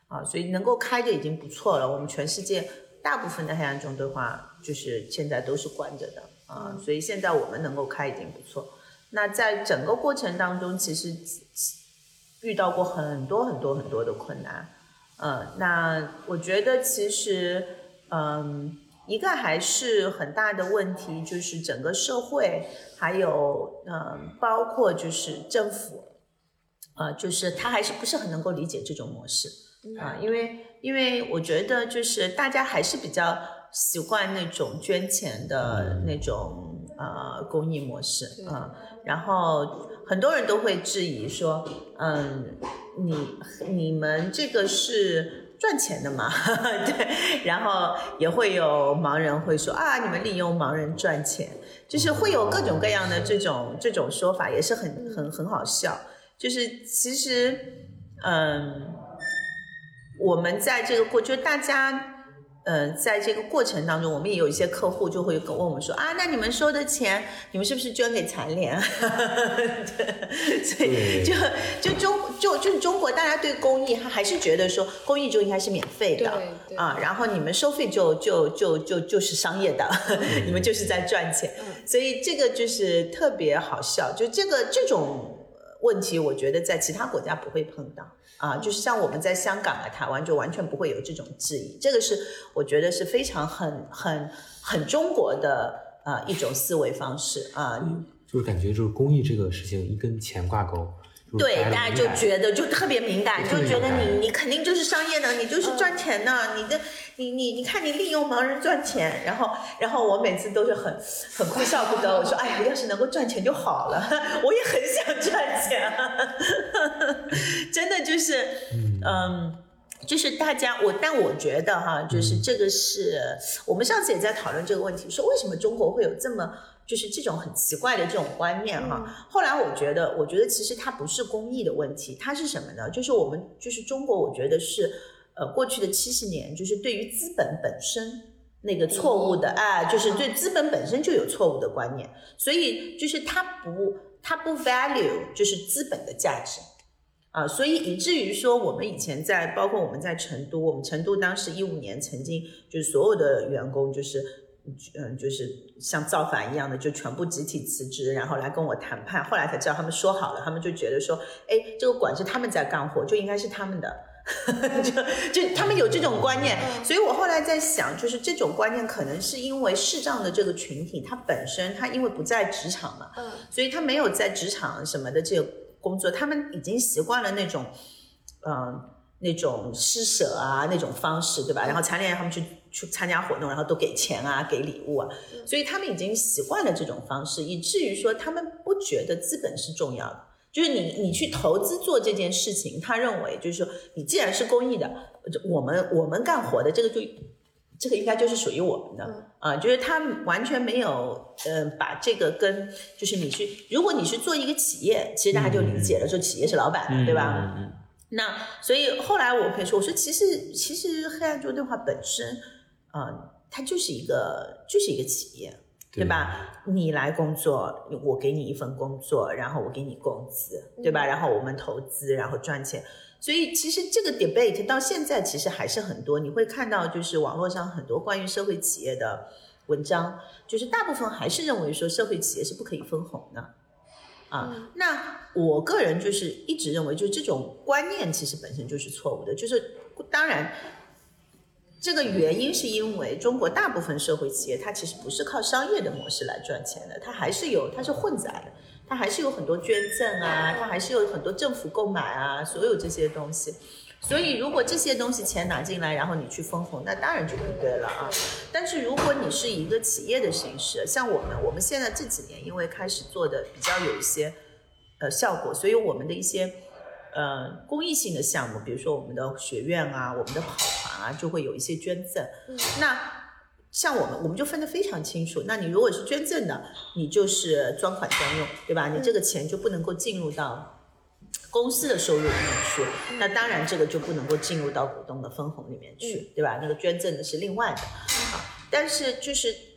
啊，所以能够开着已经不错了。我们全世界大部分的黑暗中对话就是现在都是关着的啊，所以现在我们能够开已经不错。那在整个过程当中，其实遇到过很多很多很多的困难，呃，那我觉得其实，嗯，一个还是很大的问题，就是整个社会，还有嗯，包括就是政府，呃，就是他还是不是很能够理解这种模式啊、呃，因为因为我觉得就是大家还是比较习惯那种捐钱的那种呃公益模式啊、呃，然后很多人都会质疑说，嗯，你你们这个是赚钱的嘛？对，然后也会有盲人会说啊，你们利用盲人赚钱，就是会有各种各样的这种这种说法，也是很很很好笑。就是其实，嗯，我们在这个过，就大家。呃，在这个过程当中，我们也有一些客户就会问我们说啊，那你们收的钱，你们是不是捐给残联？对，所以就就中就就是中国，大家对公益，他还是觉得说公益就应该是免费的啊，然后你们收费就就就就就是商业的，你们就是在赚钱，所以这个就是特别好笑，就这个这种问题，我觉得在其他国家不会碰到。啊，就是像我们在香港啊、台湾就完全不会有这种质疑，这个是我觉得是非常很很很中国的呃一种思维方式啊、嗯， 就是感觉就是公益这个事情一跟钱挂钩， 对，大家就觉得就特别敏感，就觉得你你肯定就是商业的，你就是赚钱的，嗯、你的你你你看你利用盲人赚钱，然后然后我每次都是很很哭笑不得，我说哎呀，要是能够赚钱就好了，我也很想赚钱、啊，真的就是嗯。嗯就是大家我但我觉得哈，就是这个是、嗯、我们上次也在讨论这个问题，说为什么中国会有这么就是这种很奇怪的这种观念哈、嗯。后来我觉得我觉得其实它不是公益的问题，它是什么呢？就是我们就是中国，我觉得是呃过去的七十年，就是对于资本本身那个错误的啊、嗯，就是对资本本身就有错误的观念，所以就是它不它不 value 就是资本的价值。啊，所以以至于说我们以前在包括我们在成都，我们成都当时一五年曾经就是所有的员工就是嗯就是像造反一样的就全部集体辞职，然后来跟我谈判，后来才知道他们说好了，他们就觉得说哎这个馆是他们在干活，就应该是他们的就就他们有这种观念，所以我后来在想，就是这种观念可能是因为视障的这个群体他本身他因为不在职场嘛，所以他没有在职场什么的这个工作，他们已经习惯了那种嗯、呃、那种施舍啊那种方式，对吧？然后残联他们去去参加活动，然后都给钱啊给礼物啊，所以他们已经习惯了这种方式，以至于说他们不觉得资本是重要的，就是你你去投资做这件事情，他认为就是说你既然是公益的，我们我们干活的这个就这个应该就是属于我们的啊、呃，就是他完全没有呃把这个跟就是你去，如果你是做一个企业，其实大家就理解了，说企业是老板的，对吧？嗯嗯、那所以后来我可以说，我说其实其实黑暗中对话本身啊、呃，它就是一个就是一个企业。对吧？你来工作，我给你一份工作，然后我给你工资，对吧？然后我们投资，然后赚钱。所以其实这个 debate 到现在其实还是很多，你会看到就是网络上很多关于社会企业的文章，就是大部分还是认为说社会企业是不可以分红的啊。嗯、那我个人就是一直认为，就是这种观念其实本身就是错误的，就是当然。这个原因是因为中国大部分社会企业它其实不是靠商业的模式来赚钱的，它还是有它是混杂的，它还是有很多捐赠啊，它还是有很多政府购买啊，所有这些东西。所以如果这些东西钱拿进来，然后你去分红，那当然就不对了啊。但是如果你是一个企业的形式，像我们我们现在这几年因为开始做的比较有一些呃效果，所以我们的一些呃，公益性的项目，比如说我们的学院啊，我们的跑团啊，就会有一些捐赠。嗯、那像我们，我们就分得非常清楚。那你如果是捐赠的，你就是专款专用，对吧？你这个钱就不能够进入到公司的收入里面去。嗯、那当然，这个就不能够进入到股东的分红里面去，嗯、对吧？那个捐赠的是另外的啊。但是就是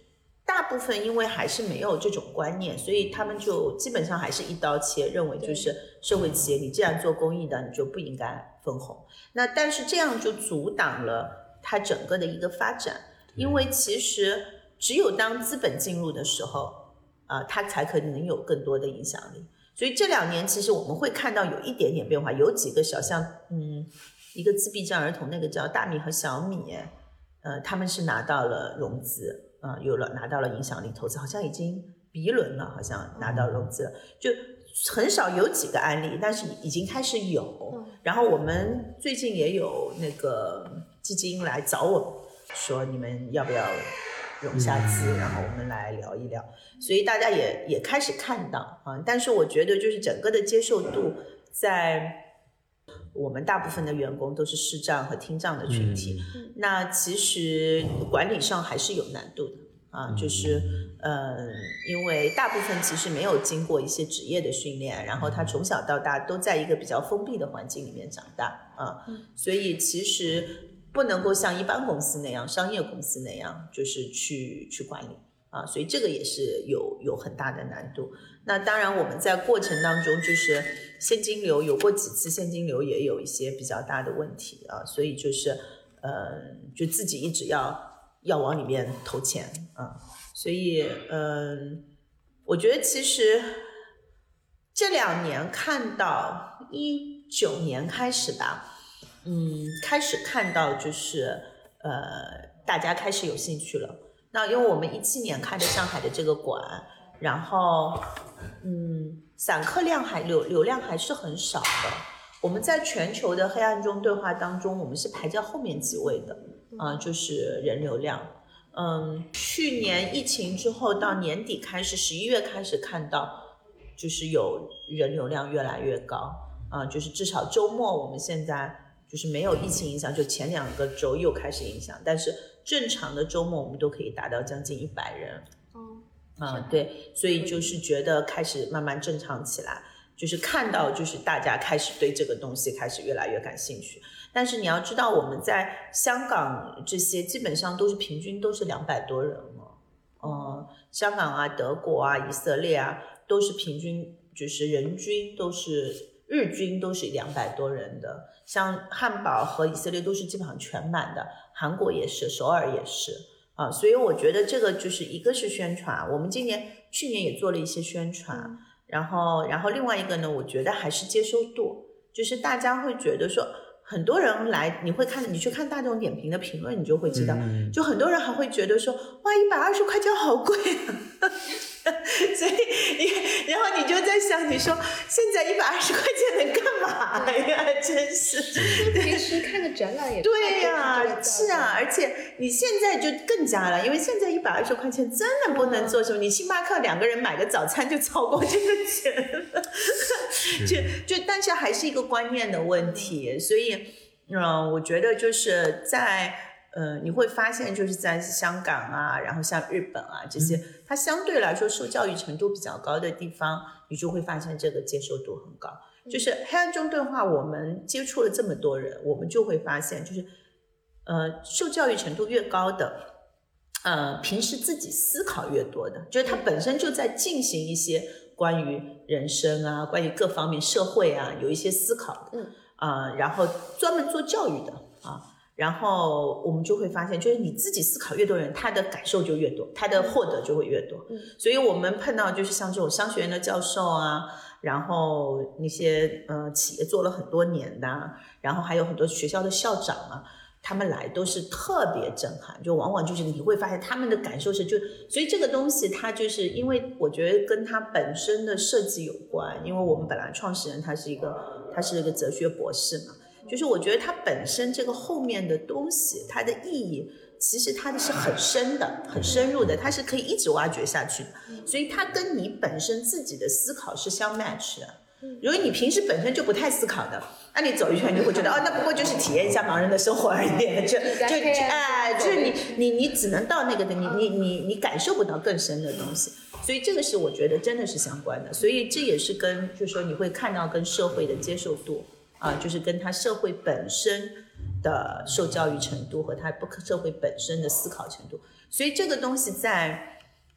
大部分因为还是没有这种观念，所以他们就基本上还是一刀切，认为就是社会企业你既然做公益的，你就不应该分红。那但是这样就阻挡了它整个的一个发展，因为其实只有当资本进入的时候啊、呃，它才可能有更多的影响力。所以这两年其实我们会看到有一点点变化，有几个小像嗯，一个自闭症儿童，那个叫大米和小米，呃，他们是拿到了融资。呃，有了拿到了影响力投资，好像已经 B 轮了，好像拿到融资了，就很少有几个案例，但是已经开始有。然后我们最近也有那个基金来找我们，说你们要不要融下资，然后我们来聊一聊。所以大家也也开始看到啊，但是我觉得就是整个的接受度，在我们大部分的员工都是视障和听障的群体，嗯、那其实管理上还是有难度的啊，就是呃，因为大部分其实没有经过一些职业的训练，然后他从小到大都在一个比较封闭的环境里面长大啊，嗯、所以其实不能够像一般公司那样、商业公司那样，就是去去管理啊，所以这个也是有有很大的难度。那当然我们在过程当中就是现金流有过几次现金流也有一些比较大的问题啊，所以就是呃就自己一直要要往里面投钱啊，所以嗯、呃，我觉得其实这两年看到一九年开始吧，嗯，开始看到就是呃大家开始有兴趣了。那因为我们一七年开的上海的这个馆，然后嗯，散客量还流流量还是很少的。我们在全球的黑暗中对话当中，我们是排在后面几位的啊、呃，就是人流量。嗯，去年疫情之后到年底开始，十一月开始看到，就是有人流量越来越高啊、呃，就是至少周末我们现在就是没有疫情影响，就前两个周又开始影响，但是正常的周末我们都可以达到将近一百人。啊、嗯，对，所以就是觉得开始慢慢正常起来，就是看到就是大家开始对这个东西开始越来越感兴趣。但是你要知道，我们在香港这些基本上都是平均都是两百多人了，嗯，香港啊、德国啊、以色列啊都是平均就是人均都是日均都是两百多人的，像汉堡和以色列都是基本上全满的，韩国也是，首尔也是。啊，所以我觉得这个就是一个是宣传，我们今年去年也做了一些宣传，嗯、然后然后另外一个呢，我觉得还是接受度，就是大家会觉得说，很多人来，你会看你去看大众点评的评论，你就会知道，嗯、就很多人还会觉得说，哇，一百二十块钱好贵啊。所以你然后你就在想，你说现在一百二十块钱能干嘛呀？真是平时看个展览也对呀、啊，是啊，而且你现在就更加了，因为现在一百二十块钱真的不能做什么，你星巴克两个人买个早餐就超过这个钱了，就就但是还是一个观念的问题，所以嗯，我觉得就是在。呃，你会发现就是在香港啊，然后像日本啊这些，嗯、它相对来说受教育程度比较高的地方，你就会发现这个接受度很高。嗯、就是黑暗中对话，我们接触了这么多人，我们就会发现，就是呃，受教育程度越高的，呃，平时自己思考越多的，就是他本身就在进行一些关于人生啊，关于各方面社会啊有一些思考的，嗯啊、呃，然后专门做教育的啊。然后我们就会发现，就是你自己思考越多人，他的感受就越多，他的获得就会越多。嗯，所以我们碰到就是像这种商学院的教授啊，然后那些呃企业做了很多年的，然后还有很多学校的校长啊，他们来都是特别震撼，就往往就是你会发现他们的感受是就，所以这个东西它就是因为我觉得跟它本身的设计有关，因为我们本来创始人他是一个他是一个哲学博士嘛。就是我觉得它本身这个后面的东西，它的意义其实它的是很深的、很深入的，它是可以一直挖掘下去的。所以它跟你本身自己的思考是相 match 的。如果你平时本身就不太思考的，那你走一圈你会觉得哦，那不过就是体验一下盲人的生活而已，就就哎，就是你你你只能到那个的，你你你你感受不到更深的东西。所以这个是我觉得真的是相关的。所以这也是跟就是说你会看到跟社会的接受度。啊，就是跟他社会本身的受教育程度和他社会本身的思考程度，所以这个东西在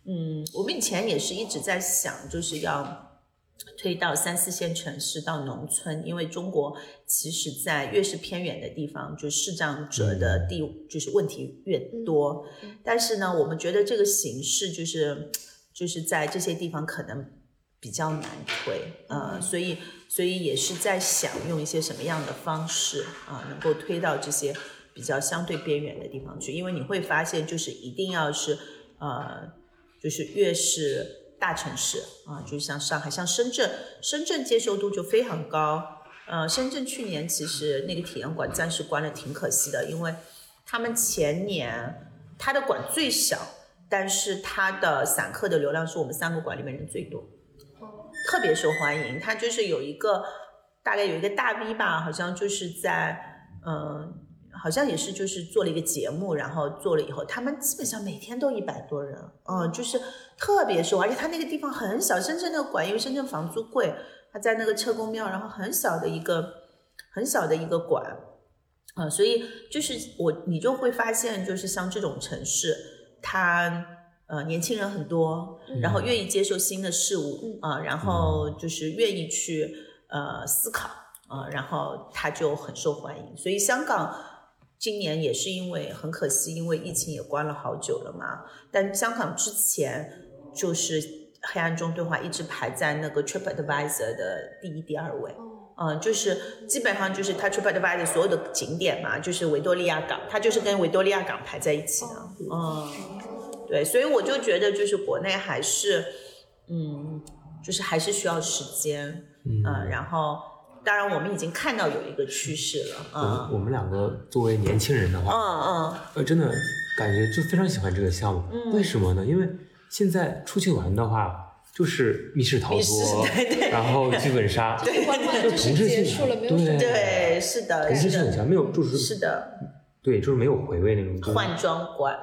嗯，我们以前也是一直在想，就是要推到三四线城市到农村，因为中国其实在越是偏远的地方，就视障者的地就是问题越多， 嗯、 但是呢我们觉得这个形式就是就是在这些地方可能比较难推，呃，所以所以也是在想用一些什么样的方式啊、呃，能够推到这些比较相对边缘的地方去，因为你会发现就是一定要是呃就是越是大城市啊，就像上海，像深圳，深圳接受度就非常高。呃，深圳去年其实那个体验馆暂时关了，挺可惜的，因为他们前年他的馆最小，但是他的散客的流量是我们三个馆里面人最多，特别受欢迎。他就是有一个大概有一个大 V 吧，好像就是在嗯。呃好像也是就是做了一个节目，然后做了以后他们基本上每天都一百多人，嗯，就是特别受，而且他那个地方很小，深圳那个馆因为深圳房租贵，他在那个车公庙，然后很小的一个很小的一个馆，呃，所以就是我你就会发现就是像这种城市它呃年轻人很多，然后愿意接受新的事物啊、呃，然后就是愿意去呃思考啊、呃，然后它就很受欢迎，所以香港今年也是因为很可惜，因为疫情也关了好久了嘛。但香港之前就是黑暗中对话一直排在那个 TripAdvisor 的第一、第二位。嗯，就是基本上就是它 TripAdvisor 所有的景点嘛，就是维多利亚港，它就是跟维多利亚港排在一起的。嗯，对，所以我就觉得就是国内还是，嗯，就是还是需要时间。嗯，呃、然后。当然我们已经看到有一个趋势了。 嗯、我们我们两个作为年轻人的话， 嗯嗯， 呃，真的感觉就非常喜欢这个项目。嗯，为什么呢？因为现在出去玩的话，就是密室逃脱， 对对， 然后剧本杀， 对对对，就是结束了，没有什么， 对，是的， 同质性很强，没有就是是的， 对，就是没有回味那种换装馆，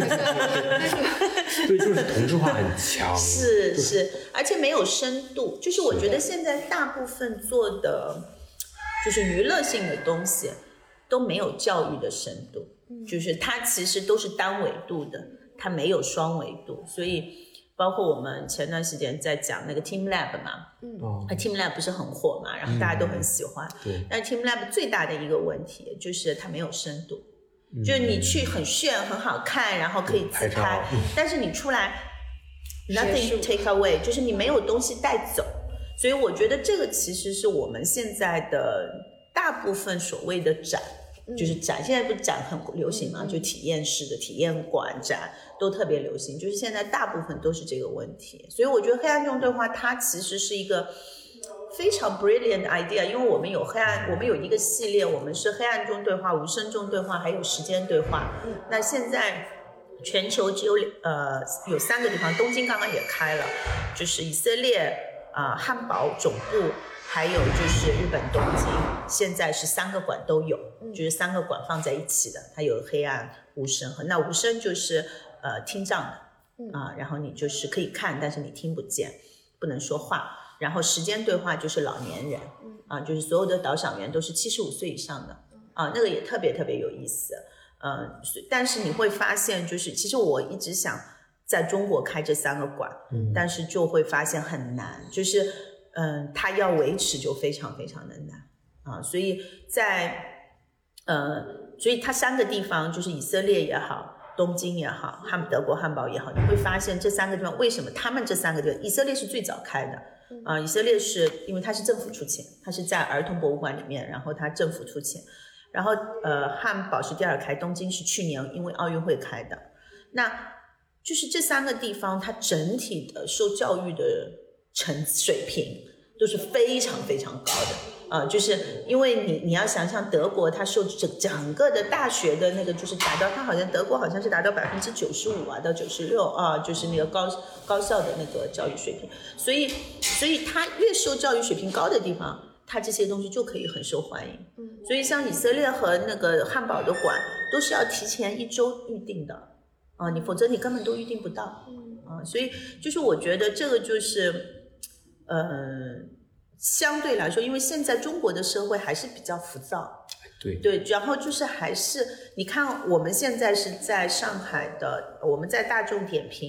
对，就是同质化很强， 是是，而且没有深度。就是我觉得现在大部分做的就是娱乐性的东西都没有教育的深度，就是它其实都是单维度的，它没有双维度。所以包括我们前段时间在讲那个 Team Lab 嘛，嗯，Team Lab 不是很火嘛，然后大家都很喜欢。 嗯、对， 但 Team Lab 最大的一个问题就是它没有深度。就是你去很炫很好看，然后可以自拍，但是你出来 nothing take away， 就是你没有东西带走。所以我觉得这个其实是我们现在的大部分所谓的展，就是展，现在不是展很流行嘛，就体验式的体验馆展都特别流行，就是现在大部分都是这个问题。所以我觉得黑暗中对话它其实是一个非常 brilliant idea， 因为我们有黑暗，我们有一个系列，我们是黑暗中对话、无声中对话，还有时间对话。那现在全球只有呃有三个地方，东京刚刚也开了，就是以色列啊、呃、汉堡总部，还有就是日本东京，现在是三个馆都有，就是三个馆放在一起的，它有黑暗、无声和那无声就是呃听障的啊、呃，然后你就是可以看，但是你听不见，不能说话。然后时间对话就是老年人，啊，就是所有的导赏员都是七十五岁以上的，啊，那个也特别特别有意思，嗯，但是你会发现，就是其实我一直想在中国开这三个馆，嗯，但是就会发现很难，就是嗯，它要维持就非常非常的难，啊，所以在呃，所以它三个地方就是以色列也好，东京也好，汉德国汉堡也好，你会发现这三个地方为什么他们这三个地方，以色列是最早开的。啊、呃，以色列是因为它是政府出钱，它是在儿童博物馆里面，然后它政府出钱，然后呃，汉堡是第二开，东京是去年因为奥运会开的，那就是这三个地方它整体的受教育的成水平都是非常非常高的。呃，就是因为你你要想想德国，它受整整个的大学的那个就是达到，它好像德国好像是达到百分之九十五啊到九十六啊，就是那个高高校的那个教育水平，所以所以它越受教育水平高的地方，它这些东西就可以很受欢迎。嗯，所以像以色列和那个汉堡的馆都是要提前一周预定的啊、呃，你否则你根本都预定不到。嗯啊、呃，所以就是我觉得这个就是呃。相对来说，因为现在中国的社会还是比较浮躁， 对对，然后就是还是你看我们现在是在上海的，我们在大众点评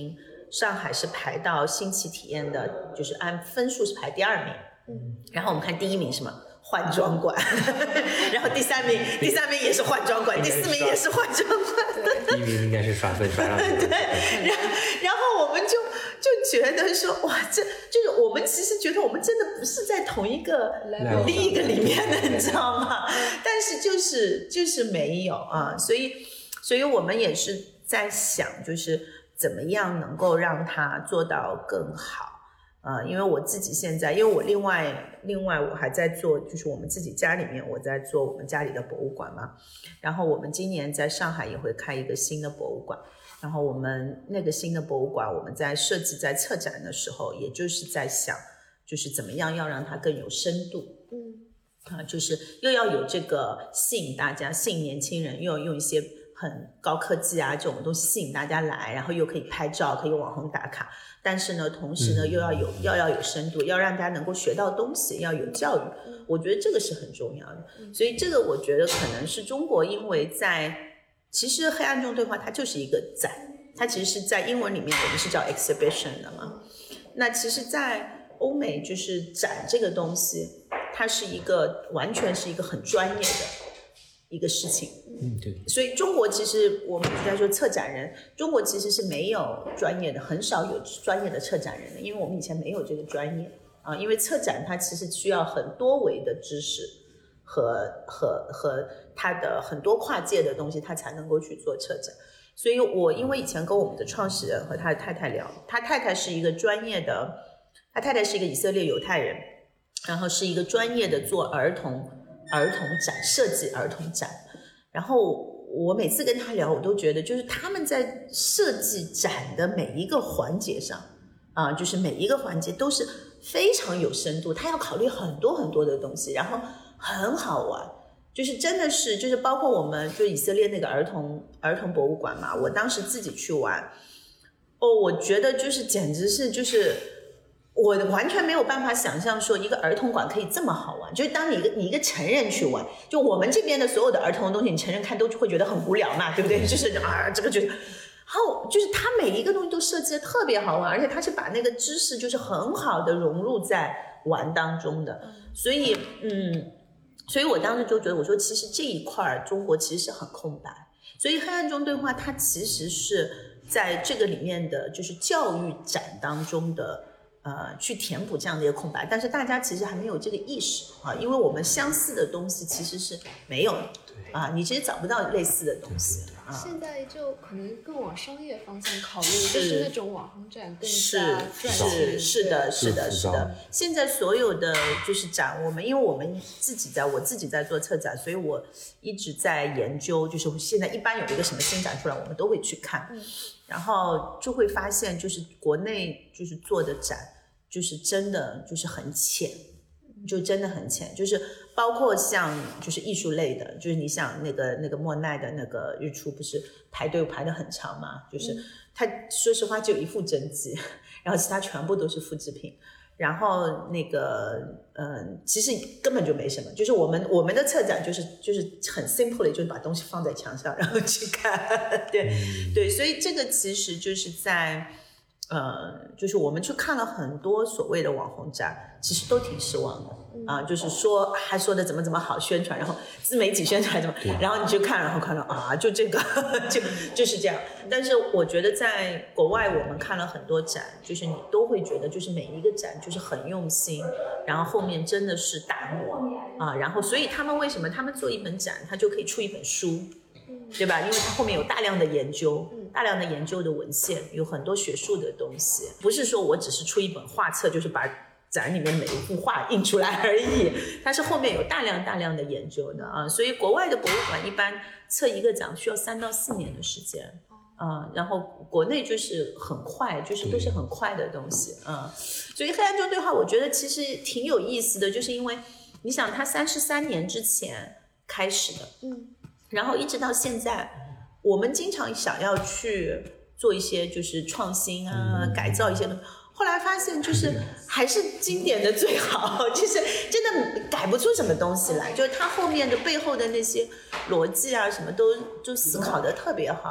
上海是排到新奇体验的，就是按分数是排第二名。嗯，然后我们看第一名是什么？换装馆，然后第三名，第三名也是换装馆，第四名也是换装馆。 第一名应该是刷分刷上去的。 对，然后然后我们就就觉得说，哇，这就是我们其实觉得我们真的不是在同一个另一个里面的，你知道吗？但是就是就是没有啊，所以所以我们也是在想，就是怎么样能够让它做到更好。呃，因为我自己现在，因为我另外另外我还在做，就是我们自己家里面我在做我们家里的博物馆嘛，然后我们今年在上海也会开一个新的博物馆，然后我们那个新的博物馆我们在设计在策展的时候，也就是在想，就是怎么样要让它更有深度，嗯，啊，就是又要有这个吸引大家、吸引年轻人，又要用一些很高科技啊这种东西吸引大家来，然后又可以拍照，可以网红打卡。但是呢，同时呢，又要有要要有深度，要让大家能够学到东西，要有教育，我觉得这个是很重要的。所以这个我觉得可能是中国，因为在其实黑暗中对话它就是一个展，它其实是在英文里面我们是叫 exhibition 的嘛。那其实在欧美就是展这个东西，它是一个完全是一个很专业的一个事情， 嗯，对。 所以中国其实我们在说策展人，中国其实是没有专业的，很少有专业的策展人的，因为我们以前没有这个专业啊。因为策展它其实需要很多维的知识和和和它的很多跨界的东西，它才能够去做策展。所以我因为以前跟我们的创始人和他的太太聊，他太太是一个专业的，他太太是一个以色列犹太人，然后是一个专业的做儿童。儿童展设计儿童展，然后我每次跟他聊，我都觉得就是他们在设计展的每一个环节上啊，就是每一个环节都是非常有深度，他要考虑很多很多的东西，然后很好玩，就是真的是就是包括我们就以色列那个儿童儿童博物馆嘛，我当时自己去玩，哦，我觉得就是简直是就是。我完全没有办法想象说一个儿童馆可以这么好玩，就是当你一个你一个成人去玩，就我们这边的所有的儿童的东西，你成人看都会觉得很无聊嘛，对不对？就是啊，这个就是，好，就是它每一个东西都设计的特别好玩，而且它是把那个知识就是很好的融入在玩当中的，所以嗯，所以我当时就觉得，我说其实这一块中国其实是很空白，所以黑暗中对话它其实是在这个里面的就是教育展当中的。呃，去填补这样的一个空白，但是大家其实还没有这个意识啊，因为我们相似的东西其实是没有的啊，你其实找不到类似的东西啊。 现在就可能更往商业方向考虑，就是那种网红展更加赚钱。是是的，是的，是的。现在所有的就是展，我们因为我们自己在我自己在做策展，所以我一直在研究，就是现在一般有一个什么新展出来，我们都会去看，嗯、然后就会发现，就是国内就是做的展。就是真的就是很浅，就真的很浅，就是包括像就是艺术类的，就是你想那个那个莫奈的那个日出不是排队排得很长嘛，就是他说实话就有一幅真迹，然后其他全部都是复制品，然后那个嗯，其实根本就没什么，就是我们我们的策展就是就是很 simple， 就是把东西放在墙上然后去看，对对，所以这个其实就是在。呃，就是我们去看了很多所谓的网红展，其实都挺失望的啊。就是说还说的怎么怎么好宣传，然后自媒体宣传怎么，然后你去看，然后看到啊，就这个就就是这样。但是我觉得在国外，我们看了很多展，就是你都会觉得，就是每一个展就是很用心，然后后面真的是打磨啊。然后所以他们为什么他们做一本展，他就可以出一本书。对吧？因为它后面有大量的研究，大量的研究的文献，有很多学术的东西，不是说我只是出一本画册，就是把展里面每一幅画印出来而已，它是后面有大量大量的研究的啊。所以国外的博物馆一般测一个展需要三到四年的时间啊，然后国内就是很快，就是都是很快的东西啊。所以黑暗中对话，我觉得其实挺有意思的，就是因为你想，它三十三年之前开始的，嗯。然后一直到现在，我们经常想要去做一些就是创新啊，嗯、改造一些东西，后来发现就是还是经典的最好，就是真的改不出什么东西来，就是它后面的背后的那些逻辑啊什么都就思考的特别好。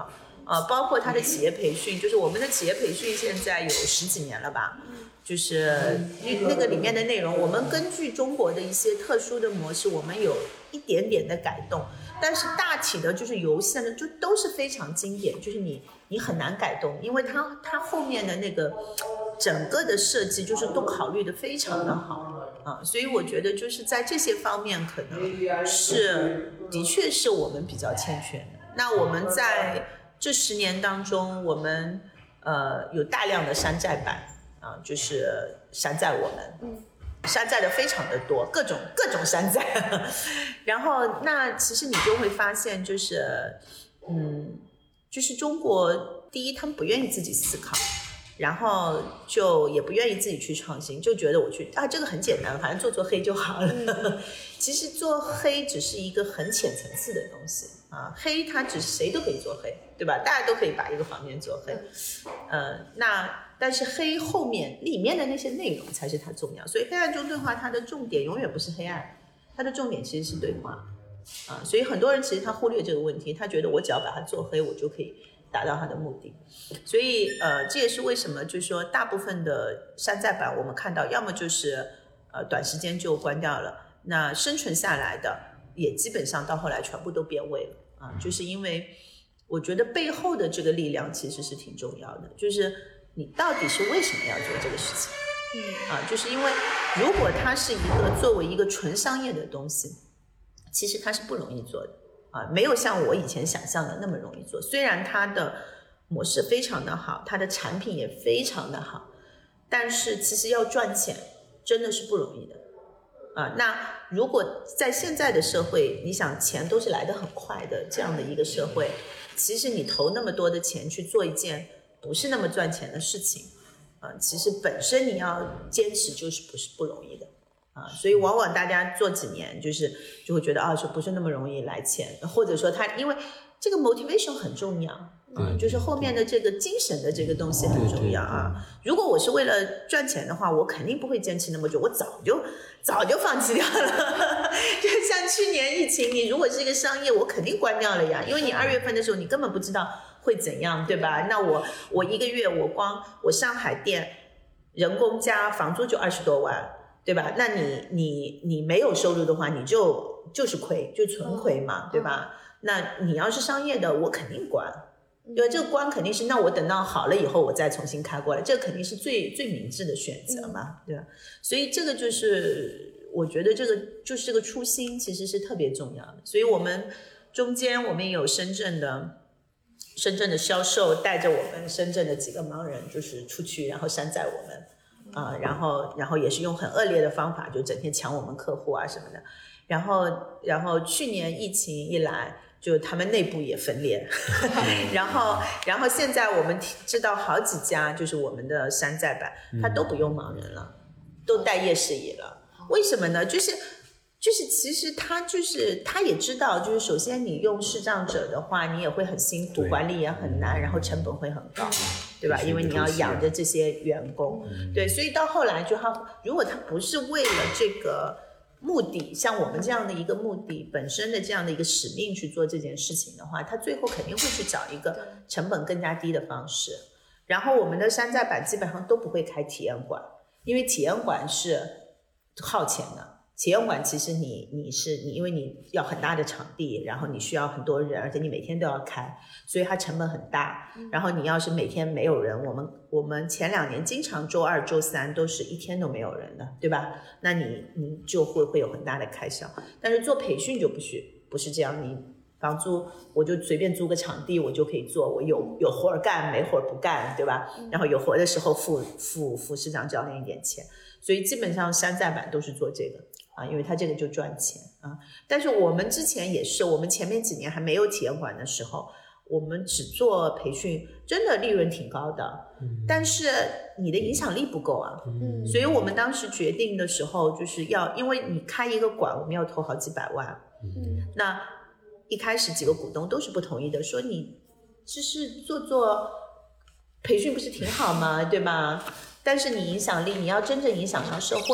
呃，包括他的企业培训，就是我们的企业培训现在有十几年了吧，就是那个里面的内容，我们根据中国的一些特殊的模式，我们有一点点的改动，但是大体的就是游戏呢，就都是非常经典，就是你你很难改动，因为它它后面的那个整个的设计就是都考虑的非常的好啊，所以我觉得就是在这些方面可能是的确是我们比较欠缺的。那我们在这十年当中，我们呃有大量的山寨版啊，就是山寨我们。嗯，山寨的非常的多，各种各种山寨。然后那其实你就会发现，就是嗯，就是中国第一，他们不愿意自己思考，然后就也不愿意自己去创新，就觉得我去啊这个很简单，反正做做黑就好了。嗯、其实做黑只是一个很浅层次的东西啊，黑它只是谁都可以做黑，对吧？大家都可以把一个房间做黑，呃，那。但是黑后面里面的那些内容才是它重要，所以黑暗中对话它的重点永远不是黑暗，它的重点其实是对话啊，所以很多人其实他忽略这个问题，他觉得我只要把它做黑，我就可以达到他的目的。所以呃，这也是为什么就是说大部分的山寨版我们看到，要么就是呃短时间就关掉了，那生存下来的也基本上到后来全部都变味了啊，就是因为我觉得背后的这个力量其实是挺重要的，就是你到底是为什么要做这个事情？嗯啊，就是因为如果它是一个作为一个纯商业的东西，其实它是不容易做的啊，没有像我以前想象的那么容易做。虽然它的模式非常的好，它的产品也非常的好，但是其实要赚钱真的是不容易的啊。那如果在现在的社会，你想钱都是来得很快的这样的一个社会，其实你投那么多的钱去做一件不是那么赚钱的事情，呃，其实本身你要坚持就是不是不容易的啊，所以往往大家做几年就是就会觉得啊，说不是那么容易来钱，或者说他因为这个 motivation 很重要啊，就是后面的这个精神的这个东西很重要啊。如果我是为了赚钱的话，我肯定不会坚持那么久，我早就早就放弃掉了。就像去年疫情，你如果是一个商业，我肯定关掉了呀，因为你二月份的时候你根本不知道会怎样，对吧？那我我一个月我光我上海店人工加房租就二十多万，对吧？那你你你没有收入的话，你就就是亏，就纯亏嘛，对吧？那你要是商业的，我肯定关，对吧？这个关肯定是，那我等到好了以后我再重新开过来，这个肯定是最最明智的选择嘛，对吧？所以这个就是我觉得这个就是这个初心其实是特别重要的。所以我们中间我们也有深圳的。深圳的销售带着我们深圳的几个盲人就是出去，然后山寨我们啊、呃，然后然后也是用很恶劣的方法，就整天抢我们客户啊什么的。然后然后去年疫情一来，就他们内部也分裂，然后然后现在我们知道好几家就是我们的山寨版，他都不用盲人了，都带夜视仪了。为什么呢？就是就是其实他就是他也知道，就是首先你用视障者的话，你也会很辛苦，管理也很难，然后成本会很高，对吧？因为你要养着这些员工，对，所以到后来就他如果他不是为了这个目的，像我们这样的一个目的本身的这样的一个使命去做这件事情的话，他最后肯定会去找一个成本更加低的方式。然后我们的山寨版基本上都不会开体验馆，因为体验馆是耗钱的。体验馆其实你你是你，因为你要很大的场地，然后你需要很多人，而且你每天都要开，所以它成本很大。然后你要是每天没有人，我们我们前两年经常周二周三都是一天都没有人的，对吧？那你你就会会有很大的开销。但是做培训就不是不是这样，你房租我就随便租个场地我就可以做，我有有活干没活不干，对吧？然后有活的时候付付付市场教练一点钱，所以基本上山寨版都是做这个。啊，因为他这个就赚钱啊。但是我们之前也是，我们前面几年还没有体验馆的时候，我们只做培训，真的利润挺高的，嗯、但是你的影响力不够啊。嗯、所以我们当时决定的时候，就是要，因为你开一个馆，我们要投好几百万。嗯、那一开始几个股东都是不同意的，说你只是做做培训不是挺好吗？对吧？但是你影响力，你要真正影响上社会。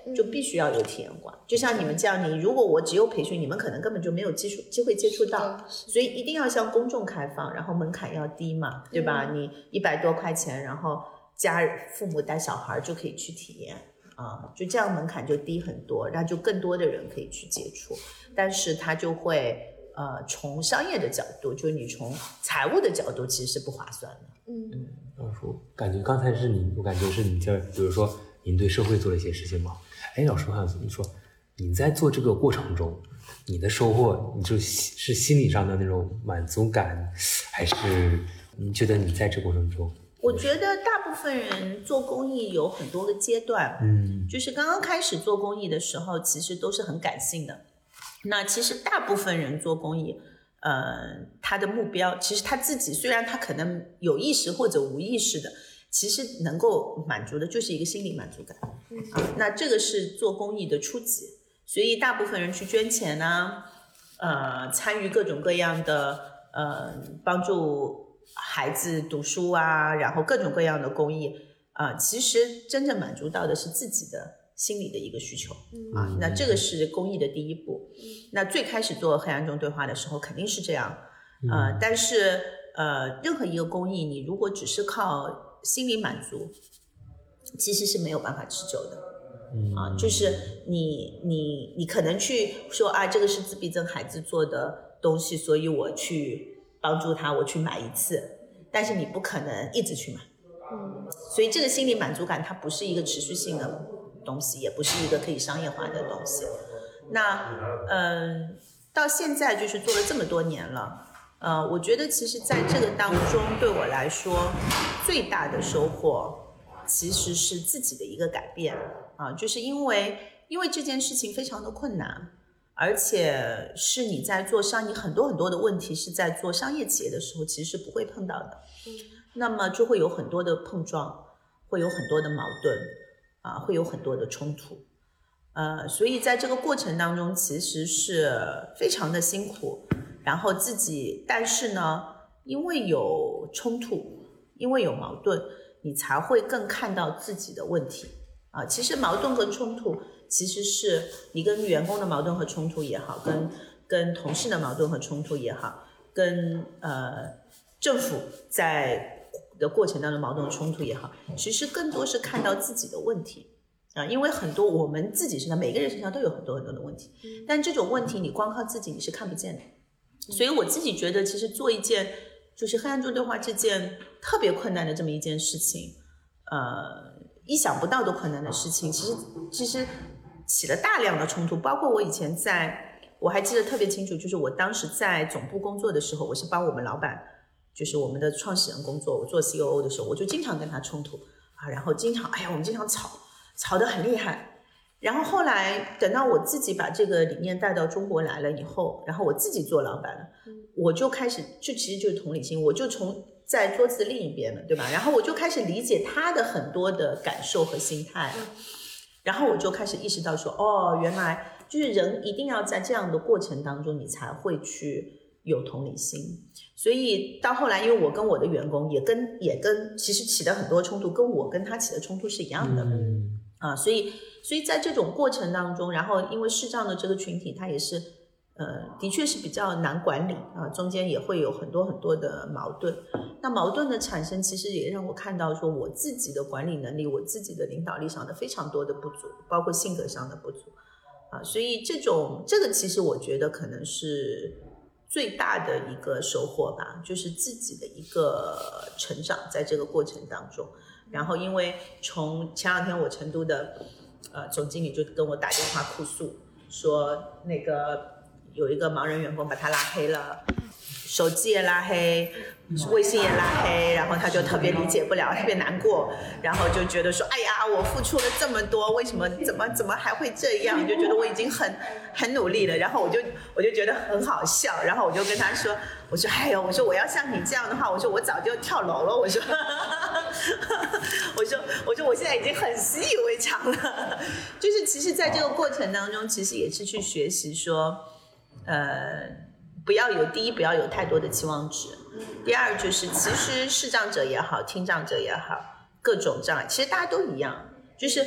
就必须要有体验馆。就像你们这样，你如果我只有培训，你们可能根本就没有机触机会接触到，所以一定要向公众开放，然后门槛要低嘛，对吧？嗯、你一百多块钱，然后家父母带小孩就可以去体验啊，就这样门槛就低很多，然后就更多的人可以去接触，但是他就会呃从商业的角度，就是你从财务的角度其实是不划算的。 嗯嗯， 老师，感觉刚才是你，我感觉是你在，比如说您对社会做了一些事情嘛。哎，老师，我想你说，你在做这个过程中，你的收获，你就是心理上的那种满足感，还是你觉得你在这过程中？ 我觉得大部分人做公益有很多个阶段， 嗯， 就是刚刚开始做公益的时候，其实都是很感性的。那其实大部分人做公益，呃，他的目标，其实他自己虽然他可能有意识或者无意识的，其实能够满足的就是一个心理满足感。嗯、啊，那这个是做公益的初级，所以大部分人去捐钱啊，呃，参与各种各样的呃帮助孩子读书啊，然后各种各样的公益啊、呃，其实真正满足到的是自己的心理的一个需求啊。那这个是公益的第一步。那最开始做黑暗中对话的时候肯定是这样，呃，但是呃，任何一个公益，你如果只是靠心理满足，其实是没有办法持久的。啊，就是你你你可能去说啊，这个是自闭症孩子做的东西，所以我去帮助他，我去买一次，但是你不可能一直去买。嗯，所以这个心理满足感它不是一个持续性的东西，也不是一个可以商业化的东西。那嗯、呃，到现在就是做了这么多年了，呃，我觉得其实在这个当中对我来说最大的收获其实是自己的一个改变啊，就是因为因为这件事情非常的困难，而且是你在做商，你很多很多的问题是在做商业企业的时候其实是不会碰到的。嗯，那么就会有很多的碰撞，会有很多的矛盾啊，会有很多的冲突。呃，所以在这个过程当中其实是非常的辛苦，然后自己，但是呢，因为有冲突，因为有矛盾，你才会更看到自己的问题啊。其实矛盾和冲突，其实是你跟员工的矛盾和冲突也好，跟跟同事的矛盾和冲突也好，跟呃政府在的过程当中矛盾冲突也好，其实更多是看到自己的问题啊。因为很多我们自己身上，每个人身上都有很多很多的问题，但这种问题你光靠自己你是看不见的。所以我自己觉得，其实做一件就是黑暗中对话这件特别困难的这么一件事情，呃，意想不到的困难的事情，其实其实起了大量的冲突。包括我以前在，我还记得特别清楚，就是我当时在总部工作的时候，我是帮我们老板，就是我们的创始人工作，我做 C O O 的时候，我就经常跟他冲突啊，然后经常，哎呀，我们经常吵，吵得很厉害。然后后来等到我自己把这个理念带到中国来了以后，然后我自己做老板了，我就开始，就其实就是同理心，我就从在桌子另一边了，对吧？然后我就开始理解他的很多的感受和心态，然后我就开始意识到说，哦，原来就是人一定要在这样的过程当中，你才会去有同理心。所以到后来，因为我跟我的员工也跟也跟其实起的很多冲突，跟我跟他起的冲突是一样的。 嗯啊，所以所以在这种过程当中，然后因为视障的这个群体，它也是呃，的确是比较难管理啊，中间也会有很多很多的矛盾。那矛盾的产生，其实也让我看到说，我自己的管理能力，我自己的领导力上的非常多的不足，包括性格上的不足啊。所以这种这个其实我觉得可能是最大的一个收获吧，就是自己的一个成长在这个过程当中。然后因为从前两天我成都的呃总经理就跟我打电话哭诉说，那个有一个盲人员工把他拉黑了，手机也拉黑，微信也拉黑，然后他就特别理解不了，特别难过，然后就觉得说，哎呀，我付出了这么多，为什么怎么怎么还会这样？就觉得我已经很很努力了，然后我就我就觉得很好笑，然后我就跟他说，我说，哎呦，我说我要像你这样的话，我说我早就跳楼了，我说，我说我说我现在已经很习以为常了，就是其实在这个过程当中，其实也是去学习说，呃。不要有第一，不要有太多的期望值。第二就是，其实视障者也好，听障者也好，各种障碍，其实大家都一样。就是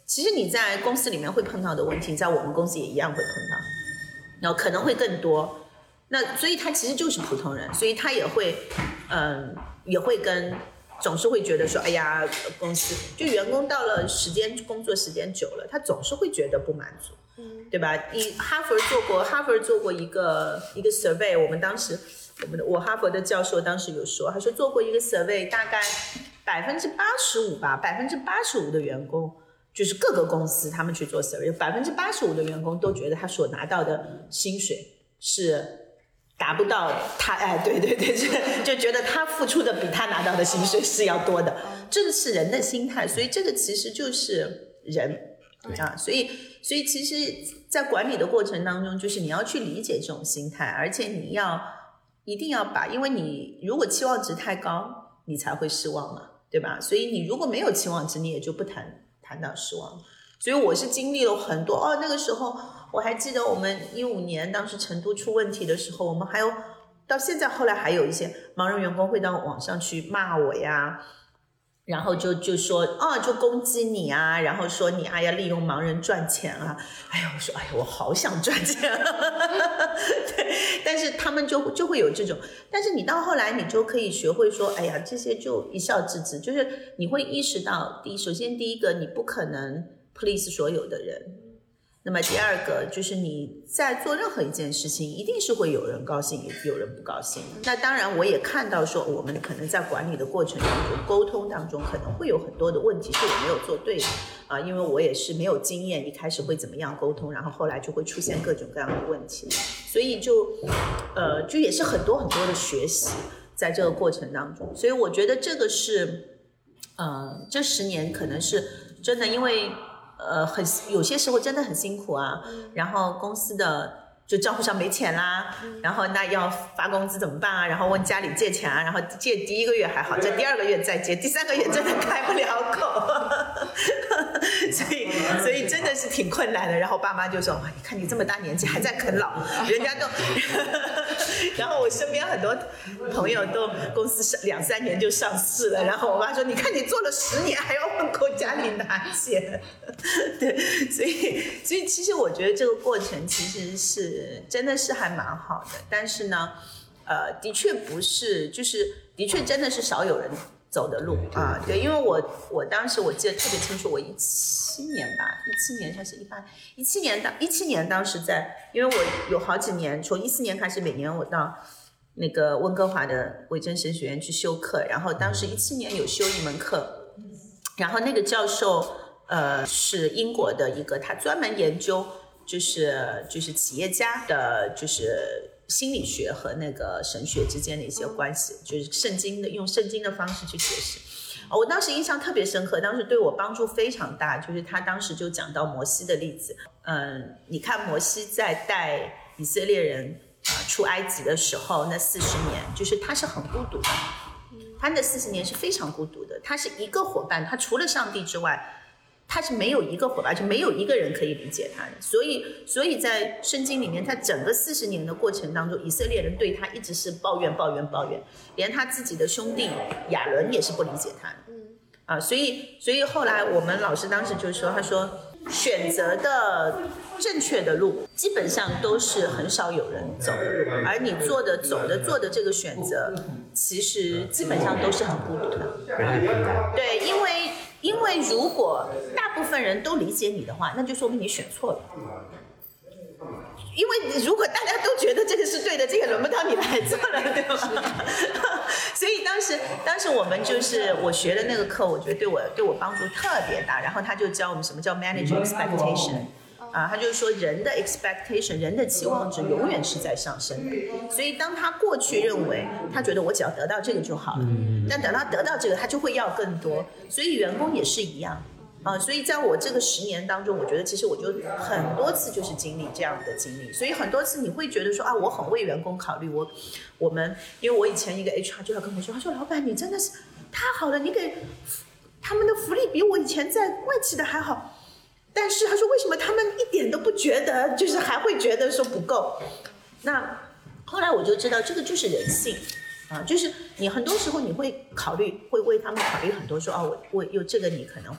其实你在公司里面会碰到的问题，在我们公司也一样会碰到，然后可能会更多。那所以他其实就是普通人，所以他也会，嗯，也会跟总是会觉得说，哎呀，公司就员工到了时间工作时间久了，他总是会觉得不满足，嗯，对吧？你哈佛做过，哈佛做过一个一个 survey， 我们当时我们的我哈佛的教授当时有说，他说做过一个 survey， 大概百分之八十五吧，百分之八十五的员工。就是各个公司他们去做 survey， 百分之八十五的员工都觉得他所拿到的薪水是达不到他，哎，对对对，就就觉得他付出的比他拿到的薪水是要多的，这是人的心态，所以这个其实就是人啊，所以所以其实，在管理的过程当中，就是你要去理解这种心态，而且你要一定要把，因为你如果期望值太高，你才会失望嘛，对吧？所以你如果没有期望值，你也就不谈。谈到失望，所以我是经历了很多哦。那个时候我还记得，我们一五年当时成都出问题的时候，我们还有到现在后来还有一些盲人员工会到网上去骂我呀，然后就就说哦，就攻击你啊，然后说你哎呀利用盲人赚钱啊，哎呀我说哎呀我好想赚钱、啊，对，但是他们就就会有这种，但是你到后来你就可以学会说，哎呀这些就一笑置之，就是你会意识到，第一，首先第一个你不可能 please 所有的人。那么第二个就是你在做任何一件事情，一定是会有人高兴，有人不高兴。那当然，我也看到说，我们可能在管理的过程当中，沟通当中可能会有很多的问题是我没有做对的啊，因为我也是没有经验，一开始会怎么样沟通，然后后来就会出现各种各样的问题，所以就呃，就也是很多很多的学习在这个过程当中。所以我觉得这个是呃，这十年可能是真的，因为。呃，很有些时候真的很辛苦啊，然后公司的就账户上没钱啦，然后那要发工资怎么办啊？然后问家里借钱啊，然后借第一个月还好，这第二个月再借，第三个月真的开不了口，所以所以真的是挺困难的。然后爸妈就说：“你看你这么大年纪还在啃老，人家都。”然后我身边很多朋友都公司两三年就上市了，然后我妈说：“你看你做了十年还要问口家里拿钱。”对，所以所以其实我觉得这个过程其实是真的是还蛮好的，但是呢，呃，的确不是，就是的确真的是少有人走的路啊。对，因为我我当时我记得特别清楚，我一七年吧，一七年还是一八一七年当一七年当时在，因为我有好几年，从一四年开始，每年我到那个温哥华的维珍神学院去修课，然后当时一七年有修一门课，然后那个教授。呃，是英国的一个，他专门研究就是就是企业家的，就是心理学和那个神学之间的一些关系，就是圣经的用圣经的方式去解释。我当时印象特别深刻，当时对我帮助非常大，就是他当时就讲到摩西的例子。嗯，你看摩西在带以色列人啊出埃及的时候，那四十年，就是他是很孤独的，他那四十年是非常孤独的，他是一个伙伴，他除了上帝之外。他是没有一个伙伴，就没有一个人可以理解他的，所以，所以在圣经里面，他整个四十年的过程当中，以色列人对他一直是抱怨、抱怨、抱怨，连他自己的兄弟亚伦也是不理解他的，啊，所以，所以后来我们老师当时就说，他说选择的正确的路，基本上都是很少有人走的路，而你做的、走的、做的这个选择，其实基本上都是很孤独的，对，因为。因为如果大部分人都理解你的话，那就说明你选错了。因为如果大家都觉得这个是对的，这个轮不到你来做了，对吧？所以当时，当时我们就是我学的那个课，我觉得对我对我帮助特别大。然后他就教我们什么叫 manage expectation。啊，他就是说人的 expectation， 人的期望值永远是在上升的，所以当他过去认为他觉得我只要得到这个就好了，但等他得到这个，他就会要更多，所以员工也是一样啊。所以在我这个十年当中，我觉得其实我就很多次就是经历这样的经历，所以很多次你会觉得说啊，我很为员工考虑，我我们因为我以前一个 H R 就要跟我说，他说老板你真的是太好了，你给他们的福利比我以前在外企的还好。但是他说为什么他们一点都不觉得，就是还会觉得说不够。那后来我就知道这个就是人性啊，就是你很多时候你会考虑，会为他们考虑很多说，说哦我我有这个你可能会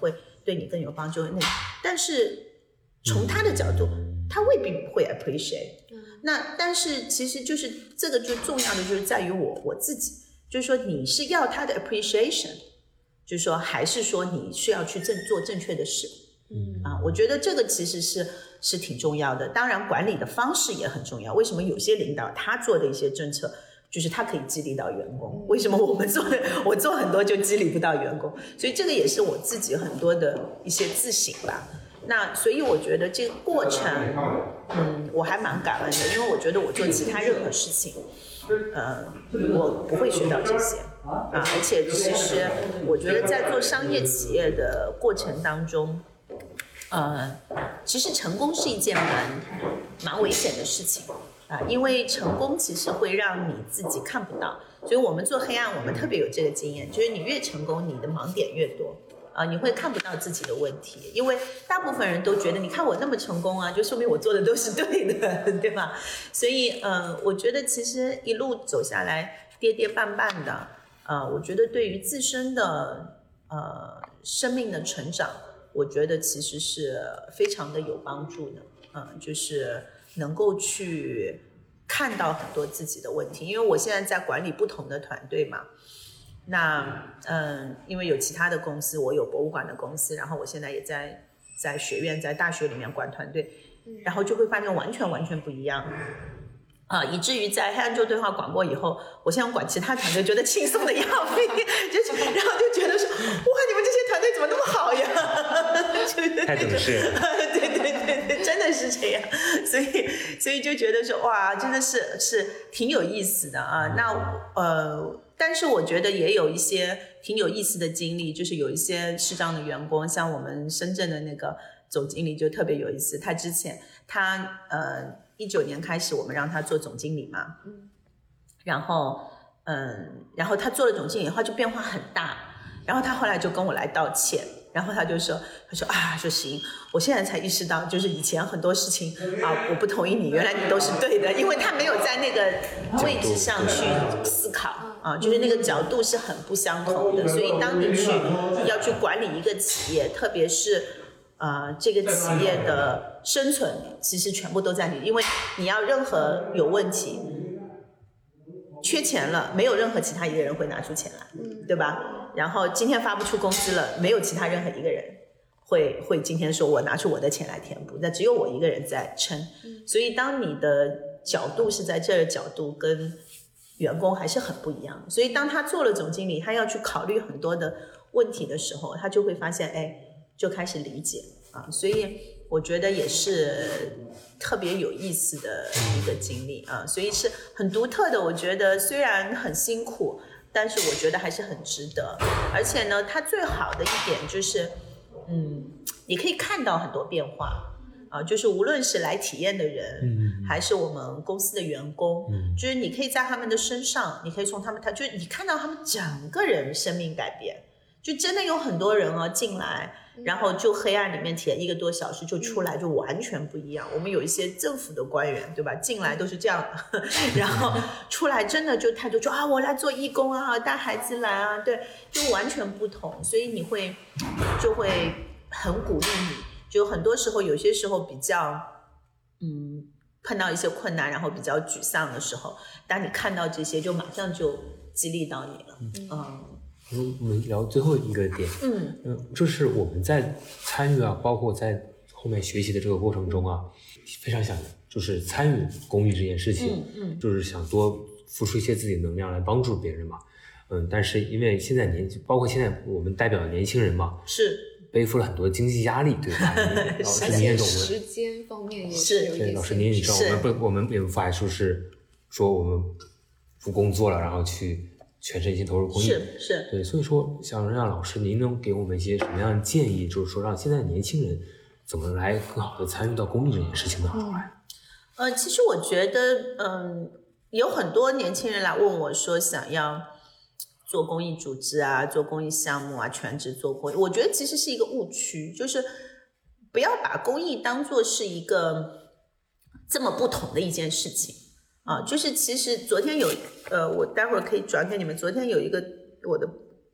对你更有帮助。那但是从他的角度，他未必会 appreciate。那但是其实就是这个最重要的就是在于我我自己，就是说你是要他的 appreciation， 就是说还是说你需要去正做正确的事。嗯啊，我觉得这个其实是是挺重要的。当然管理的方式也很重要。为什么有些领导他做的一些政策就是他可以激励到员工，为什么我们做的我做很多就激励不到员工？所以这个也是我自己很多的一些自省吧。那所以我觉得这个过程嗯我还蛮感恩的，因为我觉得我做其他任何事情呃我不会学到这些啊，而且其实我觉得在做商业企业的过程当中呃，其实成功是一件蛮蛮危险的事情啊，因为成功其实会让你自己看不到，所以我们做黑暗，我们特别有这个经验，就是你越成功，你的盲点越多啊，你会看不到自己的问题，因为大部分人都觉得，你看我那么成功啊，就说明我做的都是对的，对吧？所以，呃，我觉得其实一路走下来，跌跌绊绊的，呃，我觉得对于自身的呃生命的成长。我觉得其实是非常的有帮助的，嗯，就是能够去看到很多自己的问题。因为我现在在管理不同的团队嘛，那嗯，因为有其他的公司，我有博物馆的公司，然后我现在也在在学院、在大学里面管团队，然后就会发现完全完全不一样。啊，以至于在黑暗中对话管过以后，我现在管其他团队觉得轻松的要命，就是然后就觉得说，哇，你们这些团队怎么那么好呀？就是太懂事了。 对对对对，真的是这样，所以所以就觉得说，哇，真的是是挺有意思的啊。那呃，但是我觉得也有一些挺有意思的经历，就是有一些视障的员工，像我们深圳的那个总经理就特别有意思，他之前他呃。一九年开始，我们让他做总经理嘛，嗯，然后，嗯，然后他做了总经理，他就变化很大，然后他后来就跟我来道歉，然后他就说，他说啊，说行，我现在才意识到，就是以前很多事情啊，我不同意你，原来你都是对的，因为他没有在那个位置上去思考啊，就是那个角度是很不相同的，所以当你去要去管理一个企业，特别是。呃，这个企业的生存其实全部都在你，因为你要任何有问题，缺钱了，没有任何其他一个人会拿出钱来，对吧？然后今天发不出工资了，没有其他任何一个人会会今天说我拿出我的钱来填补，那只有我一个人在撑。所以当你的角度是在这儿，角度跟员工还是很不一样。所以当他做了总经理，他要去考虑很多的问题的时候，他就会发现，哎。就开始理解啊，所以我觉得也是特别有意思的一个经历啊，所以是很独特的。我觉得虽然很辛苦，但是我觉得还是很值得。而且呢，它最好的一点就是，嗯，你可以看到很多变化啊，就是无论是来体验的人，嗯，还是我们公司的员工，嗯，就是你可以在他们的身上，你可以从他们，他就是你看到他们整个人生命改变。就真的有很多人啊进来，然后就黑暗里面体验一个多小时，就出来就完全不一样。我们有一些政府的官员，对吧？进来都是这样的，然后出来真的就态度就啊，我来做义工啊，带孩子来啊，对，就完全不同。所以你会就会很鼓励你，就很多时候有些时候比较嗯碰到一些困难，然后比较沮丧的时候，当你看到这些，就马上就激励到你了，嗯。嗯我们聊最后一个点，嗯嗯，就是我们在参与啊，包括在后面学习的这个过程中啊，非常想就是参与公益这件事情，嗯嗯，就是想多付出一些自己的能量来帮助别人嘛，嗯，但是因为现在年，包括现在我们代表的年轻人嘛， 是背负了很多经济压力，对吧？老师您也懂的， 时间方面也是有一点， 对，老师您也知道，我们不，我们也无法说是说我们不工作了，然后去。全身心投入公益， 是是， 对，所以说想让老师您能给我们一些什么样的建议，就是说让现在的年轻人怎么来更好的参与到公益这件事情当中来。 呃，其实我觉得，嗯，有很多年轻人来问我说，想要做公益组织啊，做公益项目啊，全职做公益，我觉得其实是一个误区，就是不要把公益当作是一个这么不同的一件事情。啊，就是其实昨天有，呃，我待会儿可以转给你们。昨天有一个我的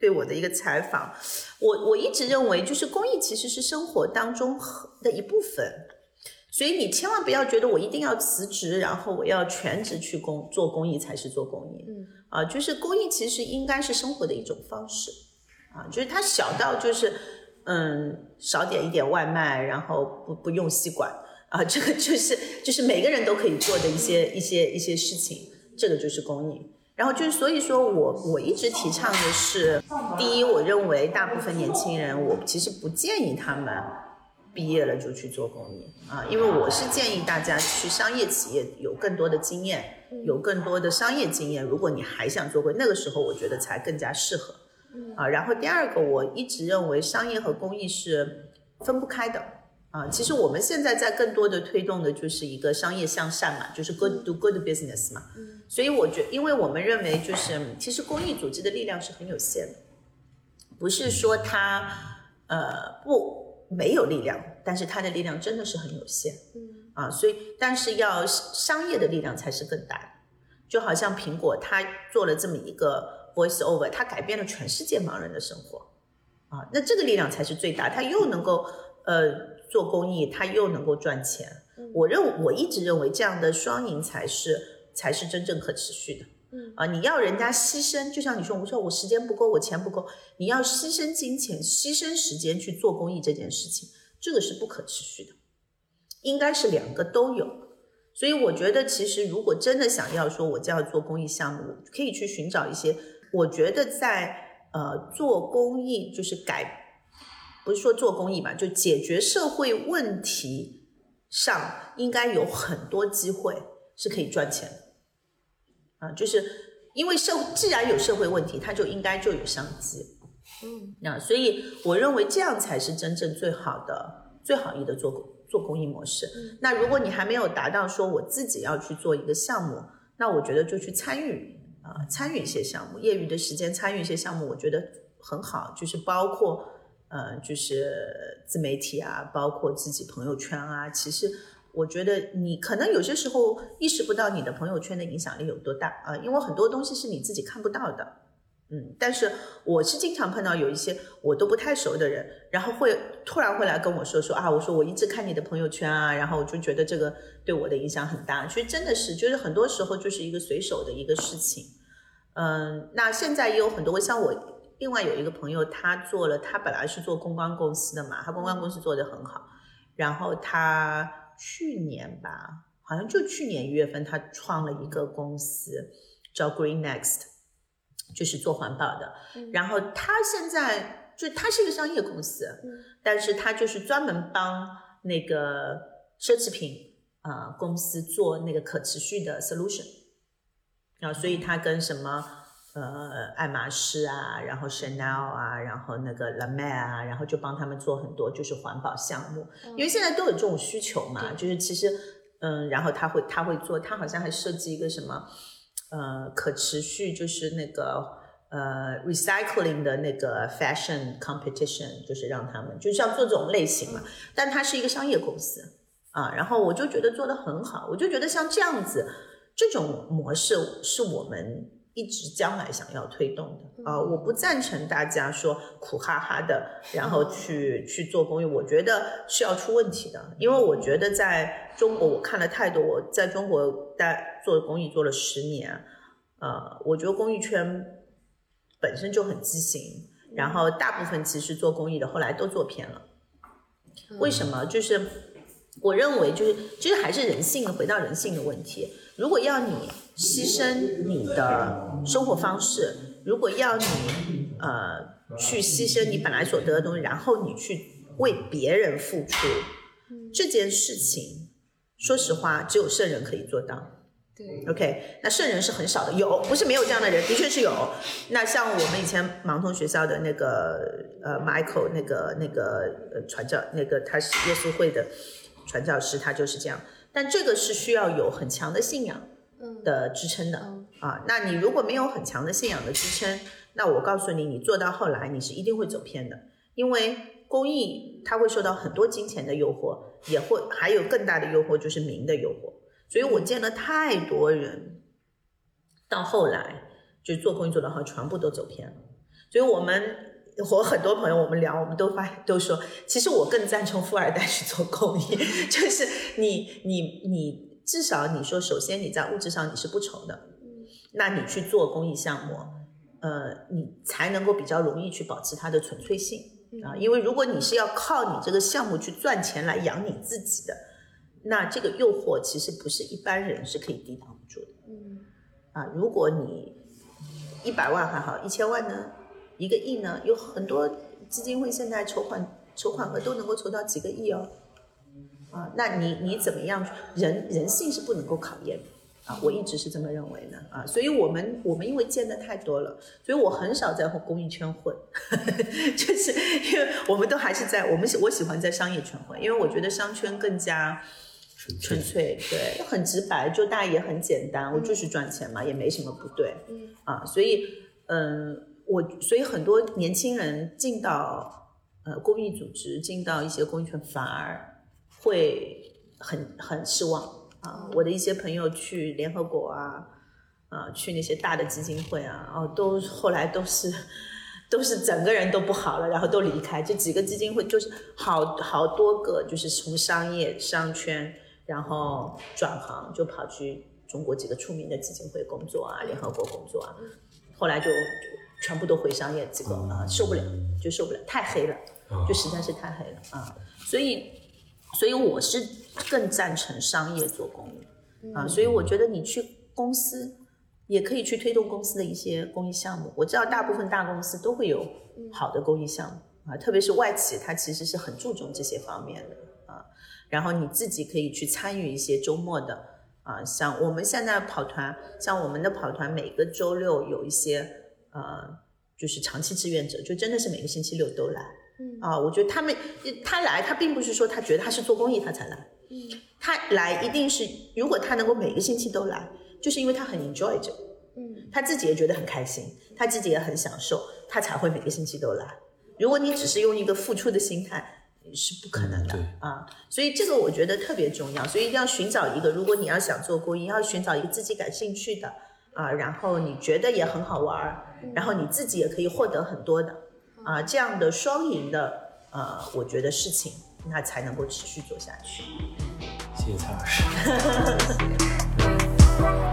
对我的一个采访，我我一直认为就是公益其实是生活当中的一部分，所以你千万不要觉得我一定要辞职，然后我要全职去公做公益才是做公益。嗯啊，就是公益其实应该是生活的一种方式啊，就是它小到就是嗯少点一点外卖，然后不不用吸管啊，这个就是就是每个人都可以做的一些一些一些事情，这个就是公益。然后就是所以说我我一直提倡的是，第一，我认为大部分年轻人，我其实不建议他们毕业了就去做公益啊，因为我是建议大家去商业企业有更多的经验，有更多的商业经验。如果你还想做公益，那个时候我觉得才更加适合啊。然后第二个，我一直认为商业和公益是分不开的啊。其实我们现在在更多的推动的就是一个商业向善嘛，就是 good do good business 嘛。所以我觉得，因为我们认为就是其实公益组织的力量是很有限的，不是说它呃不没有力量，但是它的力量真的是很有限。嗯啊，所以但是要商业的力量才是更大的。就好像苹果它做了这么一个 voice over， 它改变了全世界盲人的生活啊，那这个力量才是最大，它又能够呃做公益，它又能够赚钱。我认我一直认为这样的双赢才是。才是真正可持续的。嗯啊，你要人家牺牲，就像你说，我说我时间不够，我钱不够，你要牺牲金钱、牺牲时间去做公益这件事情，这个是不可持续的，应该是两个都有。所以我觉得，其实如果真的想要说我就要做公益项目，可以去寻找一些，我觉得在呃做公益就是改，不是说做公益吧，就解决社会问题上应该有很多机会是可以赚钱的。啊，就是因为社既然有社会问题，它就应该就有商机。嗯，那所以我认为这样才是真正最好的、最好一的做做公益模式。嗯，那如果你还没有达到说我自己要去做一个项目，那我觉得就去参与啊、呃，参与一些项目，业余的时间参与一些项目，我觉得很好。就是包括呃，就是自媒体啊，包括自己朋友圈啊，其实。我觉得你可能有些时候意识不到你的朋友圈的影响力有多大啊，因为很多东西是你自己看不到的。嗯，但是我是经常碰到有一些我都不太熟的人，然后会突然会来跟我说说啊，我说我一直看你的朋友圈啊，然后我就觉得这个对我的影响很大。所以真的是，就是很多时候就是一个随手的一个事情。嗯，那现在也有很多，像我另外有一个朋友，他做了，他本来是做公关公司的嘛，他公关公司做得很好，然后他。去年吧，好像就去年一月份，他创了一个公司叫 Green Next， 就是做环保的。嗯、然后他现在就他是一个商业公司，嗯、但是他就是专门帮那个奢侈品啊、呃、公司做那个可持续的 solution。然后所以他跟什么呃爱马仕啊，然后 Chanel 啊，然后那个 La Mer 啊，然后就帮他们做很多就是环保项目，因为现在都有这种需求嘛，就是其实嗯，然后他会他会做，他好像还设计一个什么呃可持续就是那个呃 recycling 的那个 fashion competition， 就是让他们就是要做这种类型嘛，但它是一个商业公司啊，然后我就觉得做得很好，我就觉得像这样子这种模式是我们一直将来想要推动的啊、呃，我不赞成大家说苦哈哈的，然后去去做公益，我觉得是要出问题的。因为我觉得在中国，我看了太多，我在中国在做公益做了十年，呃，我觉得公益圈本身就很畸形，然后大部分其实做公益的后来都做偏了。为什么？就是我认为就是其实还是人性的，回到人性的问题。如果要你牺牲你的生活方式，如果要你呃去牺牲你本来所得的东西，然后你去为别人付出，这件事情说实话只有圣人可以做到。 对 OK， 那圣人是很少的，有不是没有这样的人，的确是有。那像我们以前盲通学校的那个呃 Michael 那个那个呃传教那个他是耶稣会的传教士，他就是这样。但这个是需要有很强的信仰的支撑的、嗯、啊。那你如果没有很强的信仰的支撑，那我告诉你，你做到后来你是一定会走偏的，因为公益它会受到很多金钱的诱惑，也会还有更大的诱惑就是名的诱惑。所以我见了太多人到后来就做公益做得好，全部都走偏了。 所以我们我很多朋友我们聊，我们都发都说，其实我更赞成富二代去做公益，就是你你你至少你说，首先你在物质上你是不愁的，那你去做公益项目，呃，你才能够比较容易去保持它的纯粹性啊。因为如果你是要靠你这个项目去赚钱来养你自己的，那这个诱惑其实不是一般人是可以抵挡不住的。嗯，啊，如果你一百万还好，一千万呢，一个亿呢，有很多基金会现在筹款筹款额都能够筹到几个亿哦。啊，那你你怎么样？人人性是不能够考验的啊，我一直是这么认为的啊。所以我们我们因为见的太多了，所以我很少在公益圈混，呵呵，就是因为我们都还是在我们我喜欢在商业圈混，因为我觉得商圈更加纯粹，对，很直白，就大也很简单，我就是赚钱嘛，也没什么不对，啊，所以嗯、呃，我所以很多年轻人进到呃公益组织，进到一些公益圈，反而会很很失望啊！我的一些朋友去联合国啊，啊，去那些大的基金会啊，哦，都后来都是都是整个人都不好了，然后都离开。这几个基金会就是好好多个，就是从商业商圈，然后转行就跑去中国几个出名的基金会工作啊，联合国工作啊，后来就全部都回商业机构啊，受不了就受不了，太黑了，就实在是太黑了啊，所以。所以我是更赞成商业做公益啊，所以我觉得你去公司也可以去推动公司的一些公益项目。我知道大部分大公司都会有好的公益项目啊，特别是外企，它其实是很注重这些方面的啊。然后你自己可以去参与一些周末的啊，像我们现在跑团，像我们的跑团每个周六有一些呃，就是长期志愿者，就真的是每个星期六都来。嗯啊，我觉得他们他来，他并不是说他觉得他是做公益他才来，嗯，他来一定是，如果他能够每个星期都来，就是因为他很 enjoy 这个，嗯，他自己也觉得很开心，他自己也很享受，他才会每个星期都来。如果你只是用一个付出的心态，是不可能的、嗯、啊。所以这个我觉得特别重要，所以一定要寻找一个，如果你要想做公益，要寻找一个自己感兴趣的啊，然后你觉得也很好玩，然后你自己也可以获得很多的。啊，这样的双赢的，呃，我觉得事情，那才能够持续做下去。 谢谢蔡老师。